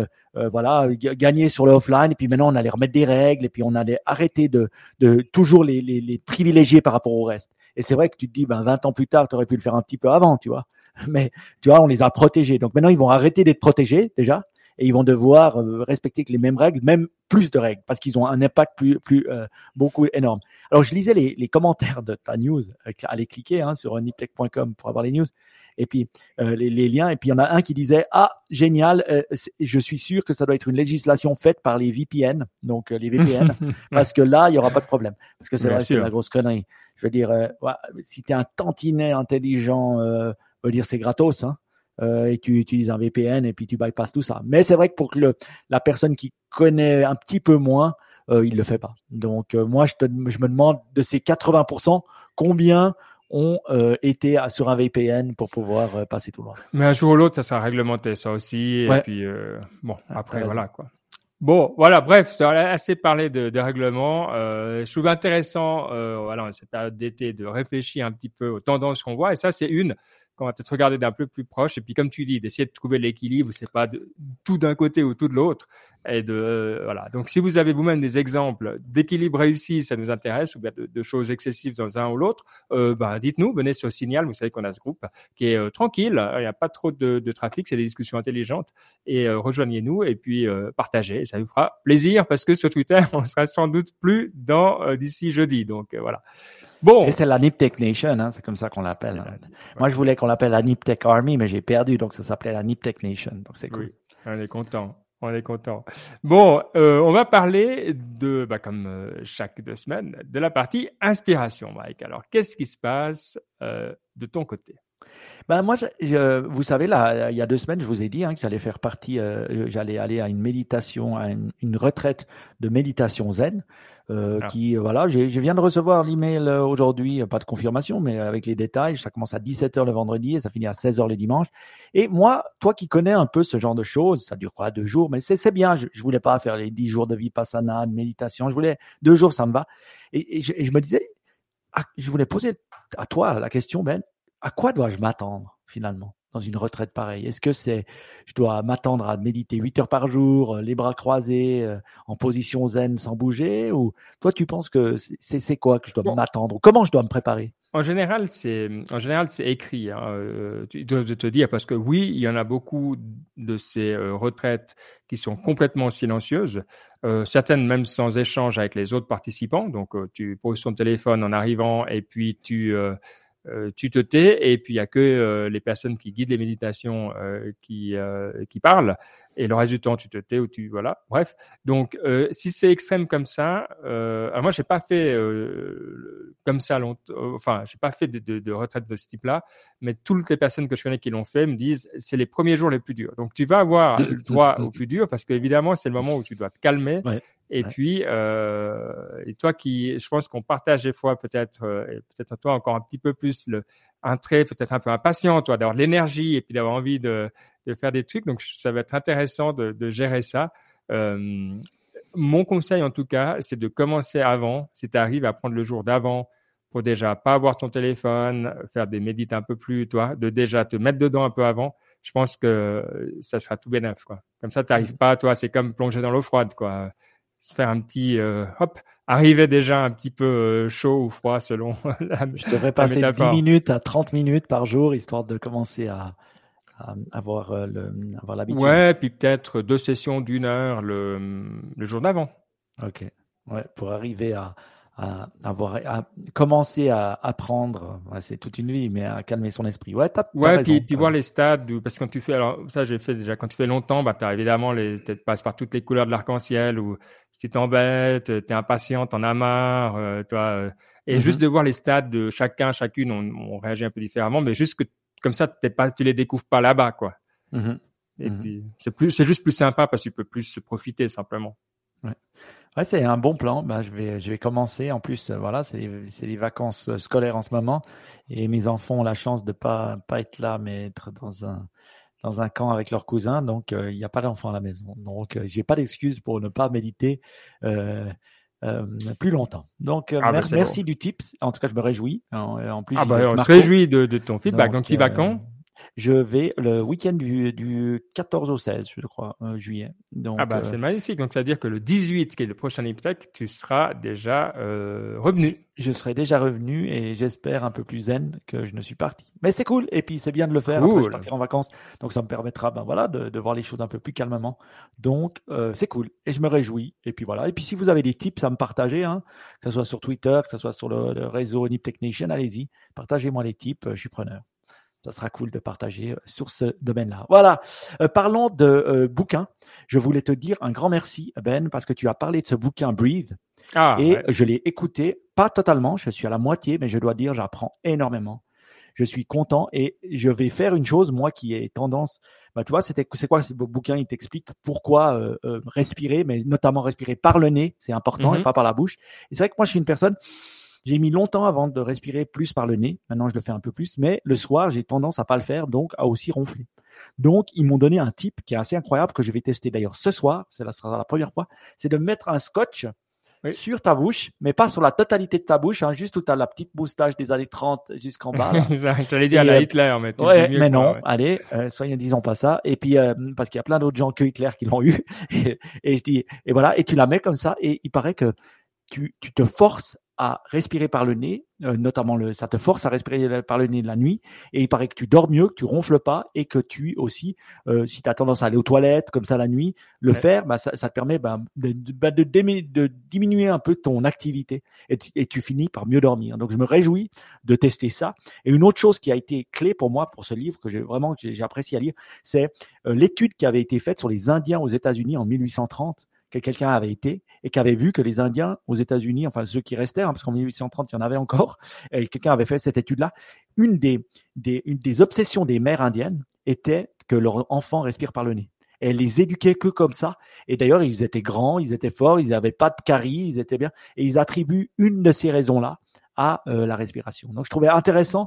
gagner sur le offline. Et puis maintenant, on allait remettre des règles. Et puis on allait arrêter de toujours les privilégier par rapport au reste. Et c'est vrai que tu te dis, 20 ans plus tard, tu aurais pu le faire un petit peu avant, tu vois. Mais tu vois, on les a protégés. Donc maintenant, ils vont arrêter d'être protégés déjà, et ils vont devoir respecter les mêmes règles, même plus de règles, parce qu'ils ont un impact beaucoup énorme. Alors, je lisais les commentaires de ta news. Allez cliquer sur niptech.com pour avoir les news. Et puis les liens. Et puis il y en a un qui disait génial, je suis sûr que ça doit être une législation faite par les VPN, donc les VPN, parce que là il y aura pas de problème. Parce que c'est vrai, c'est la grosse connerie. Je veux dire, si tu es un tantinet intelligent, veut dire c'est gratos, et tu utilises un VPN et puis tu bypasses tout ça. Mais c'est vrai que pour que la personne qui connaît un petit peu moins, il le fait pas. Donc moi je me demande de ces 80%, combien ont été sur un VPN pour pouvoir passer tout loin. Mais un jour ou l'autre, ça sera réglementé, ça aussi. Et puis, après, voilà, quoi. Bon, voilà, bref, ça a assez parlé de règlements. Je trouve intéressant, cette période d'été, de réfléchir un petit peu aux tendances qu'on voit. Et ça, c'est qu'on va peut-être regarder d'un peu plus proche. Et puis, comme tu dis, d'essayer de trouver l'équilibre, c'est pas tout d'un côté ou tout de l'autre. Et voilà. Donc, si vous avez vous-même des exemples d'équilibre réussi, ça nous intéresse, ou bien de choses excessives dans un ou l'autre, dites-nous, venez sur Signal. Vous savez qu'on a ce groupe qui est tranquille. Il n'y a pas trop de trafic. C'est des discussions intelligentes. Et rejoignez-nous et puis partagez. Ça vous fera plaisir parce que sur Twitter, on sera sans doute plus d'ici jeudi. Donc, voilà. Bon. Et c'est la Niptech Nation, c'est comme ça qu'on l'appelle. Moi, je voulais qu'on l'appelle la Niptech Army, mais j'ai perdu, donc ça s'appelait la Niptech Nation. Donc c'est cool. Oui, on est content. Bon, on va parler comme chaque 2 semaines, de la partie inspiration, Mike. Alors, qu'est-ce qui se passe de ton côté? Moi, vous savez, là, il y a 2 semaines, je vous ai dit que j'allais faire partie, j'allais aller à une méditation, à une retraite de méditation zen. Je viens de recevoir l'email aujourd'hui, pas de confirmation, mais avec les détails. Ça commence à 17h le vendredi et ça finit à 16h le dimanche. Et moi, toi qui connais un peu ce genre de choses, ça dure 2 jours, mais c'est bien. Je voulais pas faire les 10 jours de vipassana, de méditation. Je voulais 2 jours, ça me va. Et je me disais, je voulais poser à toi la question, Ben. À quoi dois-je m'attendre finalement dans une retraite pareille? Est-ce que je dois m'attendre à méditer 8 heures par jour, les bras croisés, en position zen sans bouger? Ou toi, tu penses que c'est quoi que je dois m'attendre? Comment je dois me préparer? En général, c'est écrit. Tu dois te dire parce que oui, il y en a beaucoup de ces retraites qui sont complètement silencieuses, certaines même sans échange avec les autres participants. Donc, tu poses ton téléphone en arrivant et puis tu te tais et puis il y a que les personnes qui guident les méditations qui parlent et le reste du temps tu te tais ou voilà, bref. Donc si c'est extrême comme ça, alors moi j'ai pas fait comme ça j'ai pas fait de retraite de ce type-là, mais toutes les personnes que je connais qui l'ont fait me disent c'est les premiers jours les plus durs. Donc tu vas avoir le droit au plus dur parce qu'évidemment c'est le moment où tu dois te calmer. Ouais. Et puis, et toi je pense qu'on partage des fois peut-être toi encore un petit peu plus un trait peut-être un peu impatient, toi, d'avoir de l'énergie et puis d'avoir envie de faire des trucs. Donc, ça va être intéressant de gérer ça. Mon conseil, en tout cas, c'est de commencer avant. Si tu arrives à prendre le jour d'avant pour déjà pas avoir ton téléphone, faire des médites un peu plus, toi, de déjà te mettre dedans un peu avant, je pense que ça sera tout bénef, quoi. Comme ça, tu n'arrives pas, toi, c'est comme plonger dans l'eau froide, quoi. Se faire un petit arriver déjà un petit peu chaud ou froid selon je devrais passer de 10 minutes à 30 minutes par jour histoire de commencer à avoir l'habitude. Ouais, puis peut-être 2 sessions d'1 heure le jour d'avant. Ok, ouais, pour arriver à commencer à apprendre, c'est toute une vie, mais à calmer son esprit. Ouais, t'as raison. Puis voir les stades, parce que quand tu fais, alors ça j'ai fait déjà, quand tu fais longtemps, t'as évidemment tu passes par toutes les couleurs de l'arc-en-ciel ou tu t'embêtes, t'es impatient, t'en as marre, et juste de voir les stades de chacune, on réagit un peu différemment, mais juste que comme ça, tu les découvres pas là-bas, quoi. Et puis c'est juste plus sympa parce que tu peux plus se profiter simplement. Ouais, c'est un bon plan. Je vais commencer. En plus, voilà, c'est les vacances scolaires en ce moment, et mes enfants ont la chance de pas être là, mais être dans un camp avec leurs cousins, donc il n'y a pas d'enfants à la maison. Donc, j'ai pas d'excuse pour ne pas méditer plus longtemps. Donc, merci du tips. En tout cas, je me réjouis. En plus, on se réjouit de ton feedback. Donc, tu vas quand? Je vais le week-end du 14 au 16, je crois, juillet. Donc, c'est magnifique. Donc, ça veut dire que le 18, qui est le prochain Epitech, tu seras déjà revenu. Je serai déjà revenu et j'espère un peu plus zen que je ne suis parti. Mais c'est cool. Et puis, c'est bien de le faire. Cool. Après, je partirai en vacances. Donc, ça me permettra de voir les choses un peu plus calmement. Donc, c'est cool. Et je me réjouis. Et puis, voilà. Et puis, si vous avez des tips à me partager, hein, que ce soit sur Twitter, que ce soit sur le réseau Nip Technician, allez-y. Partagez-moi les tips. Je suis preneur. Ça sera cool de partager sur ce domaine-là. Voilà. Parlons de bouquins. Je voulais te dire un grand merci, Ben, parce que tu as parlé de ce bouquin Breathe. Je l'ai écouté, pas totalement, je suis à la moitié, mais je dois dire, j'apprends énormément. Je suis content et je vais faire une chose, moi, qui est tendance. Tu vois, c'est quoi ce bouquin? Il t'explique pourquoi respirer, mais notamment respirer par le nez, c'est important, et pas par la bouche. Et c'est vrai que moi, je suis une personne. J'ai mis longtemps avant de respirer plus par le nez. Maintenant, je le fais un peu plus. Mais le soir, j'ai tendance à pas le faire, donc à aussi ronfler. Donc, ils m'ont donné un tip qui est assez incroyable, que je vais tester d'ailleurs ce soir. Ça sera la première fois. C'est de mettre un scotch sur ta bouche, mais pas sur la totalité de ta bouche, hein, juste où tu as la petite moustache des années 30 jusqu'en bas. J'allais dire la Hitler, mais tu dis mieux mais non, allez, disons pas ça. Et puis, parce qu'il y a plein d'autres gens que Hitler qui l'ont eu. et je dis, et voilà, et tu la mets comme ça, et il paraît que tu te forces à respirer par le nez, notamment ça te force à respirer par le nez de la nuit, et il paraît que tu dors mieux, que tu ronfles pas, et que tu aussi, si tu as tendance à aller aux toilettes comme ça la nuit, faire, ça te permet de diminuer un peu ton activité, et tu finis par mieux dormir. Donc je me réjouis de tester ça. Et une autre chose qui a été clé pour moi pour ce livre que j'ai apprécié à lire, c'est l'étude qui avait été faite sur les Indiens aux États-Unis en 1830. Que quelqu'un avait été et qui avait vu que les Indiens aux États-Unis, enfin ceux qui restaient, parce qu'en 1830 il y en avait encore, et quelqu'un avait fait cette étude-là. Une des obsessions des mères indiennes était que leurs enfants respirent par le nez. Et elles les éduquaient que comme ça. Et d'ailleurs, ils étaient grands, ils étaient forts, ils n'avaient pas de caries, ils étaient bien. Et ils attribuent une de ces raisons-là à la respiration. Donc, je trouvais intéressant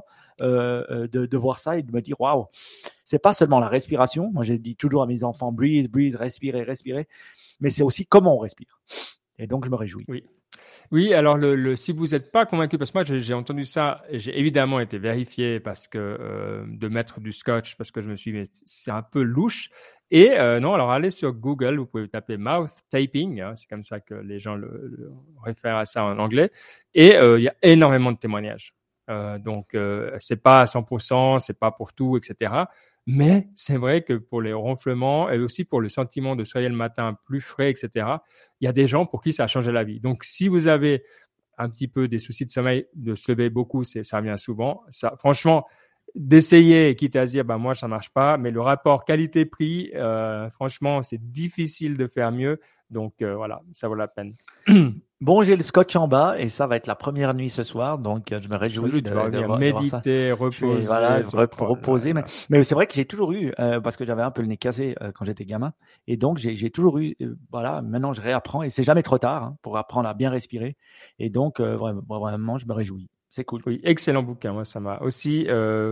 de voir ça et de me dire, waouh, c'est pas seulement la respiration. Moi, j'ai dit toujours à mes enfants, breathe, respirer. Mais c'est aussi comment on respire. Et donc, je me réjouis. Oui, alors si vous n'êtes pas convaincu, parce que moi j'ai entendu ça et j'ai évidemment été vérifié parce que de mettre du scotch, parce que je me suis dit, mais c'est un peu louche. Et non, alors allez sur Google, vous pouvez taper mouth taping, hein, c'est comme ça que les gens le réfèrent à ça en anglais. Et il y a énormément de témoignages. Donc c'est pas à 100%, c'est pas pour tout, etc. Mais c'est vrai que pour les ronflements et aussi pour le sentiment de se réveiller le matin plus frais, etc., il y a des gens pour qui ça a changé la vie. Donc, si vous avez un petit peu des soucis de sommeil, de se lever beaucoup, ça revient souvent. Ça, franchement, d'essayer, quitte à se dire, moi, ça marche pas, mais le rapport qualité-prix, franchement, c'est difficile de faire mieux. Donc, voilà, ça vaut la peine. Bon, j'ai le scotch en bas et ça va être la première nuit ce soir, donc je me réjouis de méditer, reposer. Reposer. Mais c'est vrai que j'ai toujours eu, parce que j'avais un peu le nez cassé quand j'étais gamin, et donc j'ai toujours eu, maintenant je réapprends et c'est jamais trop tard pour apprendre à bien respirer. Et donc vraiment, je me réjouis. C'est cool. Oui, excellent bouquin. Moi, ça m'a aussi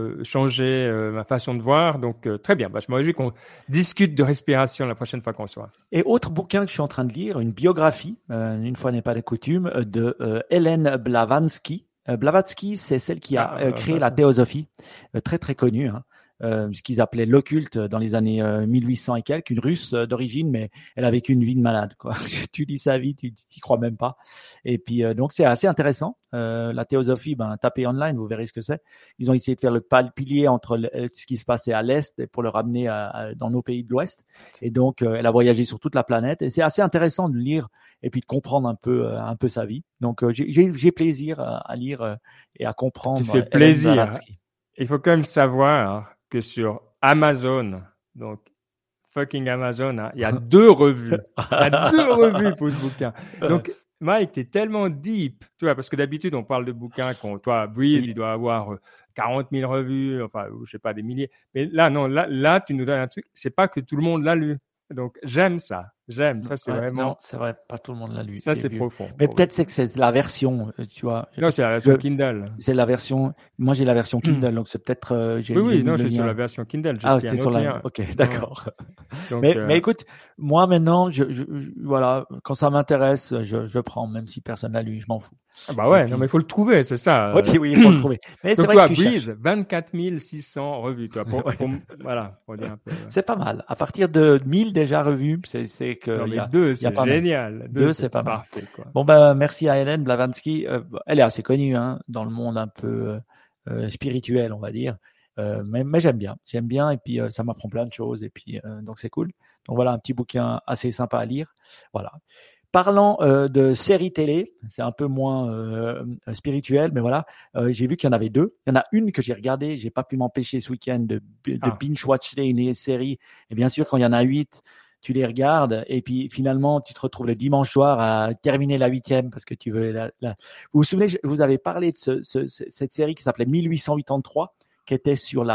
changé ma façon de voir. Donc, très bien. Je me réjouis qu'on discute de respiration la prochaine fois qu'on se voit. Et autre bouquin que je suis en train de lire, une biographie, une fois n'est pas de coutume, de Hélène Blavatsky. Blavatsky, c'est celle qui a créé la théosophie, très très connue. Ce qu'ils appelaient l'occulte dans les années 1800 et quelques, une russe d'origine, mais elle a vécu une vie de malade, quoi. Tu lis sa vie, tu t'y crois même pas. Et puis donc c'est assez intéressant. La théosophie, tapez online, vous verrez ce que c'est. Ils ont essayé de faire le pilier entre ce qui se passait à l'est pour le ramener dans nos pays de l'ouest. Et donc elle a voyagé sur toute la planète et c'est assez intéressant de lire et puis de comprendre un peu sa vie. Donc j'ai plaisir à lire et à comprendre. Tu fais plaisir. Il faut quand même savoir que sur Amazon, donc fucking Amazon, il y a 2 revues. Il y a 2 revues pour ce bouquin. Donc, Mike, t'es tellement deep, tu vois, parce que d'habitude, on parle de bouquins toi, Breathe, il doit avoir 40 000 revues, enfin, je sais pas, des milliers. Mais là, non, là, tu nous donnes un truc, c'est pas que tout le monde l'a lu. Donc, j'aime ça. J'aime. Ça, c'est Ouais, vraiment. non, c'est vrai, pas tout le monde l'a lu. Ça, J'ai c'est vu. profond. Mais peut-être c'est que c'est la version, tu vois. Non, c'est la version Kindle. C'est la version. Moi, j'ai la version Kindle, donc c'est peut-être. J'ai Oui, mis non, le je suis sur lien. la version Kindle. J'ai Ah, pris c'était un sur autre la. lien. Ok, Ouais. d'accord. Donc, Mais écoute, moi maintenant, voilà, quand ça m'intéresse, je prends, même si personne l'a lu, je m'en fous. ah bah ouais, Et puis- non, mais il faut le trouver, c'est ça. Oui, oui, il faut le trouver. Mais c'est Donc, vrai toi, que tu cherches. Breathe, 24 600 revues, toi, Ouais. voilà, pour dire un peu. Ouais. C'est pas mal. À partir de 1000 déjà revues, c'est que Non, il mais y a c'est pas mal. génial. Deux, C'est c'est pas mal. parfait, quoi. Bon, ben, merci à Hélène Blavatsky. Elle est assez connue hein, dans le monde un peu spirituel, on va dire. Mais j'aime bien. J'aime bien et puis ça m'apprend plein de choses et puis donc c'est cool. Donc voilà, un petit bouquin assez sympa à lire. Voilà. Parlant de séries télé, c'est un peu moins spirituel, mais voilà, j'ai vu qu'il y en avait deux. Il y en a une que j'ai regardée, j'ai pas pu m'empêcher ce week-end de binge-watcher une série. Et bien sûr, quand il y en a 8, tu les regardes et puis finalement, tu te retrouves le dimanche soir à terminer la 8e parce que tu veux Vous vous souvenez, je vous avais parlé de cette série qui s'appelait 1883 qui était sur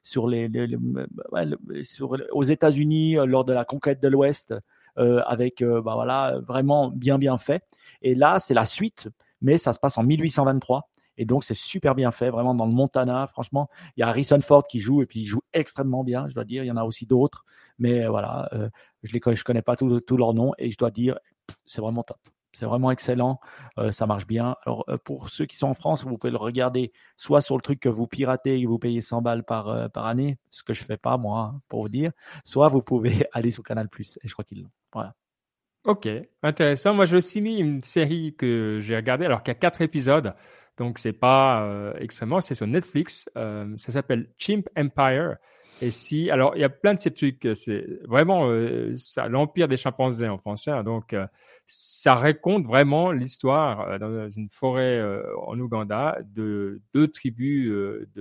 aux États-Unis lors de la conquête de l'Ouest. Avec voilà vraiment bien fait. Et là, c'est la suite, mais ça se passe en 1823. Et donc, c'est super bien fait, vraiment dans le Montana. Franchement, il y a Harrison Ford qui joue et puis il joue extrêmement bien, je dois dire. Il y en a aussi d'autres, mais voilà, je connais pas tous leurs noms et je dois dire, c'est vraiment top. C'est vraiment excellent, ça marche bien. Alors, pour ceux qui sont en France, vous pouvez le regarder soit sur le truc que vous piratez et vous payez 100 balles par année, ce que je fais pas moi, hein, pour vous dire, soit vous pouvez aller sur Canal+, et je crois qu'ils l'ont. Voilà. Ok, intéressant. Moi, j'ai aussi mis une série que j'ai regardée, alors qu'il y a 4 épisodes, donc c'est pas extrêmement, c'est sur Netflix. Ça s'appelle Chimp Empire. Et si, alors il y a plein de ces trucs, c'est vraiment ça, l'empire des chimpanzés en français. Hein, donc ça raconte vraiment l'histoire dans une forêt en Ouganda de deux tribus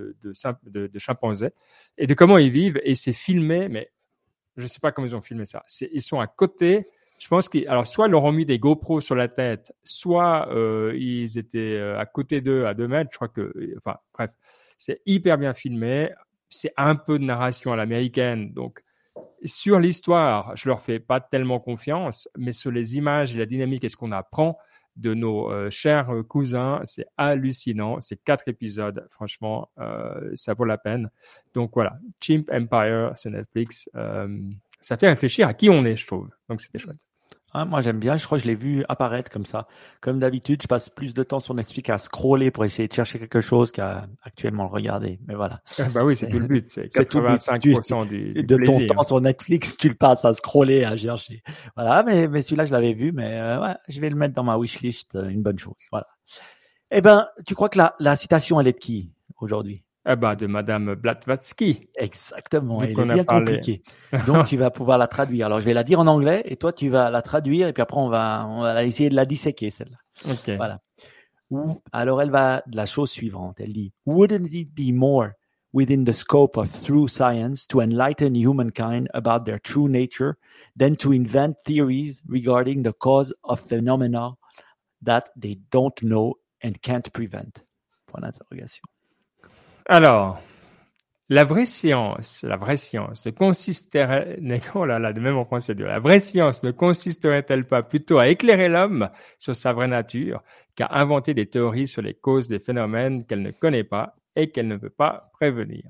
de chimpanzés et de comment ils vivent. Et c'est filmé, mais je sais pas comment ils ont filmé ça. Ils sont à côté. Je pense alors soit ils leur ont mis des GoPros sur la tête, soit ils étaient à côté d'eux à 2 mètres. Je crois que, enfin bref, c'est hyper bien filmé. C'est un peu de narration à l'américaine, donc sur l'histoire, je leur fais pas tellement confiance, mais sur les images et la dynamique et ce qu'on apprend de nos chers cousins, c'est hallucinant. C'est 4 épisodes, franchement, ça vaut la peine. Donc voilà, Chimp Empire sur Netflix, ça fait réfléchir à qui on est, je trouve. Donc c'était chouette. Ah, moi, j'aime bien. Je crois que je l'ai vu apparaître comme ça. Comme d'habitude, je passe plus de temps sur Netflix à scroller pour essayer de chercher quelque chose qu'à actuellement le regarder. Mais voilà. Bah oui, c'est tout le but. C'est 85% du de plaisir. ton temps sur Netflix, tu le passes à scroller, à chercher. Voilà. Mais celui-là, je l'avais vu. Mais ouais, je vais le mettre dans ma wishlist. Une bonne chose. Voilà. Eh ben, tu crois que la citation, elle est de qui aujourd'hui? De Madame Blavatsky. Exactement, elle est bien compliquée. Donc, tu vas pouvoir la traduire. Alors, je vais la dire en anglais et toi, tu vas la traduire et puis après, on va essayer de la disséquer, celle-là. Okay. Voilà. Alors, elle va de la chose suivante. Elle dit, Wouldn't it be more within the scope of true science to enlighten humankind about their true nature than to invent theories regarding the cause of phenomena that they don't know and can't prevent? Point d'interrogation. Alors, la vraie science ne consisterait, oh là là, de même en français, la vraie science ne consisterait-elle pas plutôt à éclairer l'homme sur sa vraie nature qu'à inventer des théories sur les causes des phénomènes qu'elle ne connaît pas et qu'elle ne peut pas prévenir?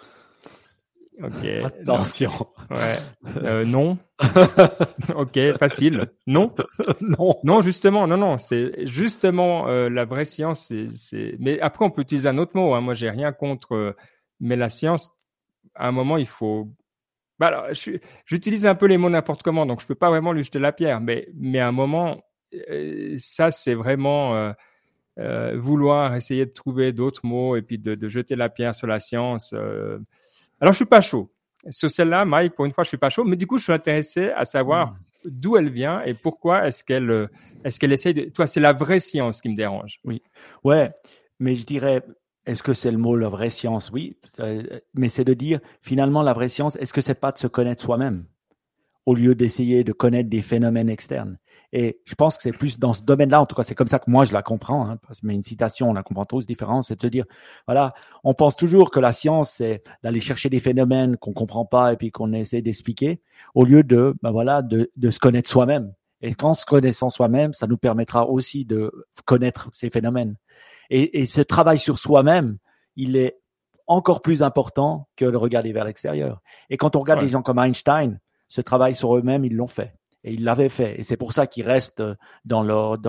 Ok. Attention. Ouais. Non. Ok, facile. Non. Non. Non, justement, non. C'est justement la vraie science. Mais après, on peut utiliser un autre mot. Hein. Moi, j'ai rien contre. Mais la science, à un moment, il faut. Bah, alors, j'utilise un peu les mots n'importe comment, donc je peux pas vraiment lui jeter la pierre. Mais à un moment, ça, c'est vraiment vouloir essayer de trouver d'autres mots et puis de jeter la pierre sur la science. Alors, je suis pas chaud. Sur celle-là, Mike, pour une fois, je suis pas chaud. Mais du coup, je suis intéressé à savoir d'où elle vient et pourquoi est-ce qu'elle essaye de. Toi, c'est la vraie science qui me dérange. Oui. Ouais, mais je dirais. Est-ce que c'est le mot la vraie science? Oui, mais c'est de dire finalement la vraie science. Est-ce que c'est pas de se connaître soi-même? au lieu d'essayer de connaître des phénomènes externes. Et je pense que c'est plus dans ce domaine-là, en tout cas, c'est comme ça que moi je la comprends, hein, mais une citation, on la comprend tous différemment, c'est de se dire, voilà, on pense toujours que la science, c'est d'aller chercher des phénomènes qu'on comprend pas et puis qu'on essaie d'expliquer, au lieu de se connaître soi-même. Et qu'en se connaissant soi-même, ça nous permettra aussi de connaître ces phénomènes. Et ce travail sur soi-même, il est encore plus important que de regarder vers l'extérieur. Et quand on regarde des gens comme Einstein, ce travail sur eux-mêmes, ils l'ont fait. Et ils l'avaient fait. Et c'est pour ça qu'ils restent dans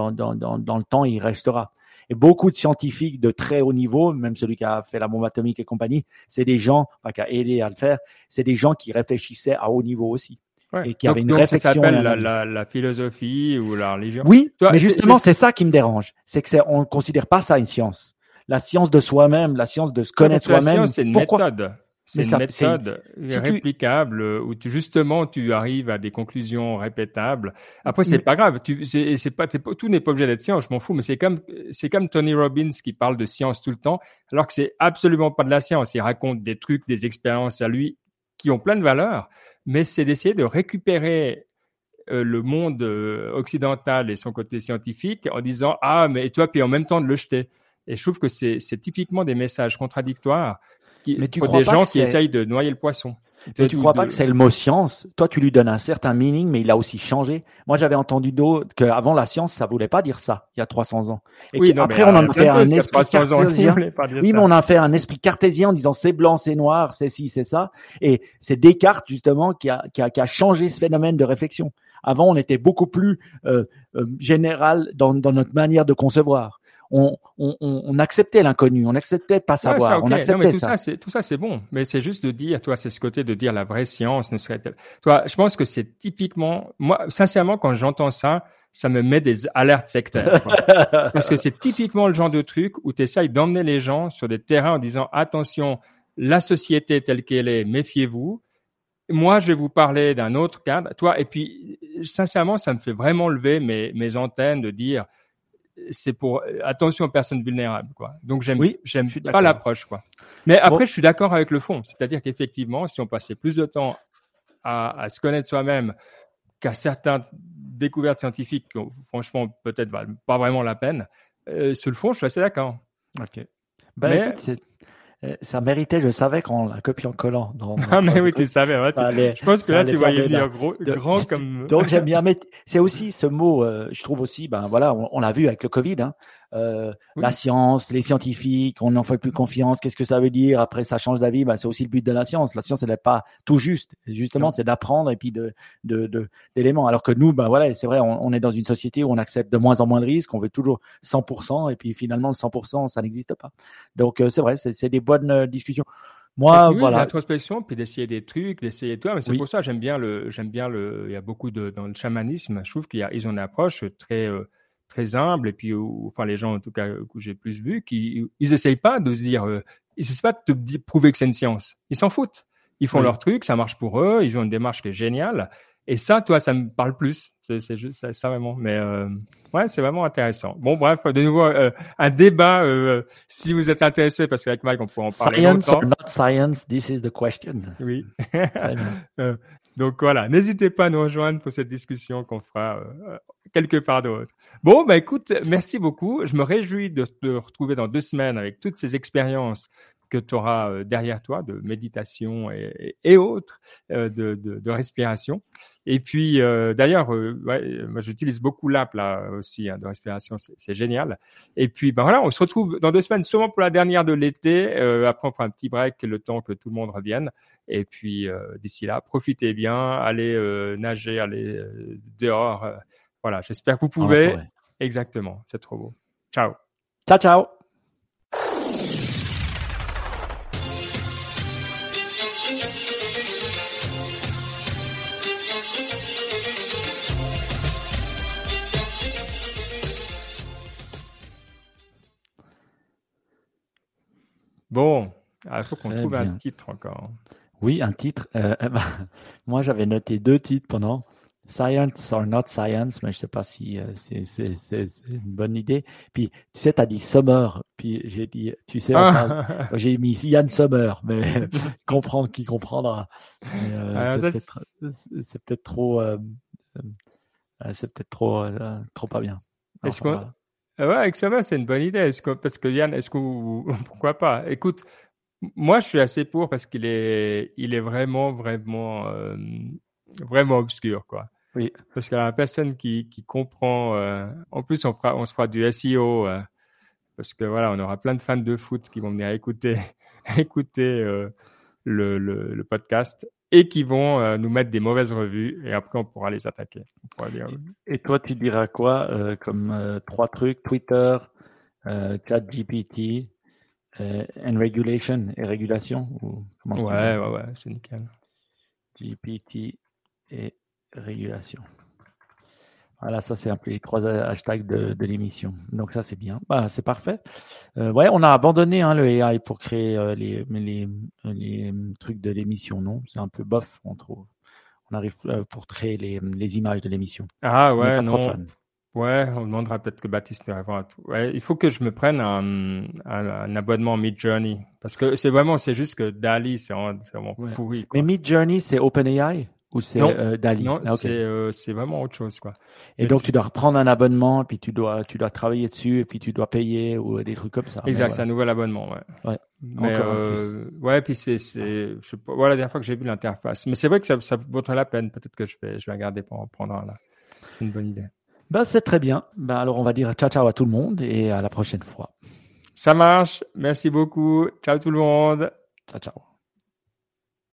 le temps, il restera. Et beaucoup de scientifiques de très haut niveau, même celui qui a fait la bombe atomique et compagnie, c'est des gens, qui a aidé à le faire, c'est des gens qui réfléchissaient à haut niveau aussi. Ouais. Et qui avaient une réflexion. Ça s'appelle la philosophie ou la religion. Oui, mais justement, c'est ça qui me dérange. C'est que on ne considère pas ça une science. La science de soi-même, la science de se connaître soi-même. La science, c'est une méthode. C'est une méthode réplicable où tu arrives à des conclusions répétables. Après, c'est pas grave. Tout n'est pas obligé d'être science. Je m'en fous. Mais c'est comme Tony Robbins qui parle de science tout le temps, alors que c'est absolument pas de la science. Il raconte des trucs, des expériences à lui qui ont plein de valeur, mais c'est d'essayer de récupérer le monde occidental et son côté scientifique en disant mais toi, puis en même temps de le jeter. Et je trouve que c'est typiquement des messages contradictoires pour des gens qui essayent de noyer le poisson. Mais tu ne crois pas que c'est le mot science? Toi, tu lui donnes un certain meaning, mais il a aussi changé. Moi, j'avais entendu qu'avant la science, ça voulait pas dire ça, il y a 300 ans. Et après, on en a fait un esprit cartésien. Oui, mais on a fait un esprit cartésien en disant c'est blanc, c'est noir, c'est ci, c'est ça. Et c'est Descartes, justement, qui a changé ce phénomène de réflexion. Avant, on était beaucoup plus général dans notre manière de concevoir. On acceptait l'inconnu, on acceptait de pas savoir, on acceptait ça. Tout ça, c'est bon. Mais c'est juste de dire, toi, c'est ce côté de dire la vraie science ne serait-elle. Toi, je pense que c'est typiquement, moi, sincèrement, quand j'entends ça, ça me met des alertes sectaires. Parce que c'est typiquement le genre de truc où tu essayes d'emmener les gens sur des terrains en disant, attention, la société telle qu'elle est, méfiez-vous. Moi, je vais vous parler d'un autre cadre. Toi, et puis, sincèrement, ça me fait vraiment lever mes antennes de dire, c'est pour attention aux personnes vulnérables, quoi. Donc j'aime pas l'approche, quoi. Mais après, je suis d'accord avec le fond, c'est-à-dire qu'effectivement, si on passait plus de temps à se connaître soi-même qu'à certaines découvertes scientifiques qui, franchement, peut-être valent pas vraiment la peine, sur le fond, je suis assez d'accord. Ok. Écoute, ça méritait, je savais qu'on l'a copié en collant. Mais oui, tu savais. Ouais, je pense que là, tu voyais venir grand comme. Donc j'aime bien, mais c'est aussi ce mot. Je trouve aussi, on l'a vu avec le Covid. La science, les scientifiques, on n'en fait plus confiance. Qu'est-ce que ça veut dire? Après, ça change d'avis. C'est aussi le but de la science. La science, elle n'est pas tout juste. Justement, c'est d'apprendre et puis d'éléments. Alors que nous, c'est vrai, on est dans une société où on accepte de moins en moins de risques. On veut toujours 100%. Et puis finalement, le 100%, ça n'existe pas. Donc c'est vrai, c'est des bonnes discussions. Moi, l'introspection, puis d'essayer des trucs, d'essayer toi. Mais c'est pour ça, j'aime bien il y a beaucoup dans le chamanisme. Je trouve qu'ils ont une approche très humble, et puis les gens en tout cas que j'ai plus vu, ils essayent pas de se dire, ils essayent pas de te prouver que c'est une science. Ils s'en foutent. Ils font leur truc, ça marche pour eux. Ils ont une démarche qui est géniale. Et ça, toi, ça me parle plus. C'est juste ça vraiment. Mais c'est vraiment intéressant. Bon, bref, de nouveau un débat. Si vous êtes intéressé, parce qu'avec Mike, on pourrait en parler longtemps. Science or not science, this is the question. Oui. Donc voilà, n'hésitez pas à nous rejoindre pour cette discussion qu'on fera quelque part d'autre. Bon, écoute, merci beaucoup. Je me réjouis de te retrouver dans 2 semaines avec toutes ces expériences que tu auras derrière toi de méditation et autres, de respiration. Et puis, d'ailleurs, moi j'utilise beaucoup l'app là aussi de respiration, c'est génial. Et puis, on se retrouve dans 2 semaines, sûrement pour la dernière de l'été. Après, on fera un petit break, le temps que tout le monde revienne. Et puis, d'ici là, profitez bien, allez nager, allez dehors. Voilà, j'espère que vous pouvez. Exactement, c'est trop beau. Ciao. Ciao, ciao. Bon, il faut qu'on trouve un titre encore. Oui, un titre. Moi, j'avais noté 2 titres pendant. Science or not science, mais je sais pas si c'est une bonne idée. Puis, tu sais, tu as dit Summer, puis j'ai dit, tu sais, j'ai mis Yann Sommer, mais qui comprendra. Mais, c'est peut-être trop, trop pas bien. Est-ce qu'on... Ouais, avec Summer, c'est une bonne idée. Parce que Yann, pourquoi pas? Écoute, moi, je suis assez pour parce qu'il est vraiment, vraiment, vraiment obscur, quoi. Oui. Parce qu'il y a personne qui comprend. En plus, on se fera du SEO parce que voilà, on aura plein de fans de foot qui vont venir écouter le podcast et qui vont nous mettre des mauvaises revues et après on pourra les attaquer. On pourra dire... Et toi, tu diras quoi comme 3 trucs? Twitter, ChatGPT and regulation et régulation ou comment ouais, c'est nickel. GPT et régulation. Voilà, ça c'est un peu les 3 hashtags de l'émission. Donc ça c'est bien. Bah, c'est parfait. Ouais, on a abandonné le AI pour créer les trucs de l'émission, non? C'est un peu bof, on trouve. On arrive pour créer les images de l'émission. Ah ouais, non. Trop fan. Ouais, on demandera peut-être que Baptiste répond à tout. Ouais, il faut que je me prenne un abonnement Midjourney parce que c'est juste que DALL-E c'est vraiment pourri. Quoi. Mais Midjourney c'est OpenAI ou c'est DALL-E? Non, c'est vraiment autre chose quoi. Et donc tu dois reprendre un abonnement, puis tu dois travailler dessus, et puis tu dois payer ou des trucs comme ça. Exact, c'est un nouvel abonnement, ouais. Mais ouais, puis je sais pas, voilà la dernière fois que j'ai vu l'interface. Mais c'est vrai que ça vaudrait la peine. Peut-être que je vais regarder pour en prendre un là. C'est une bonne idée. Ben, c'est très bien. Ben, alors on va dire ciao à tout le monde et à la prochaine fois. Ça marche. Merci beaucoup. Ciao tout le monde. Ciao.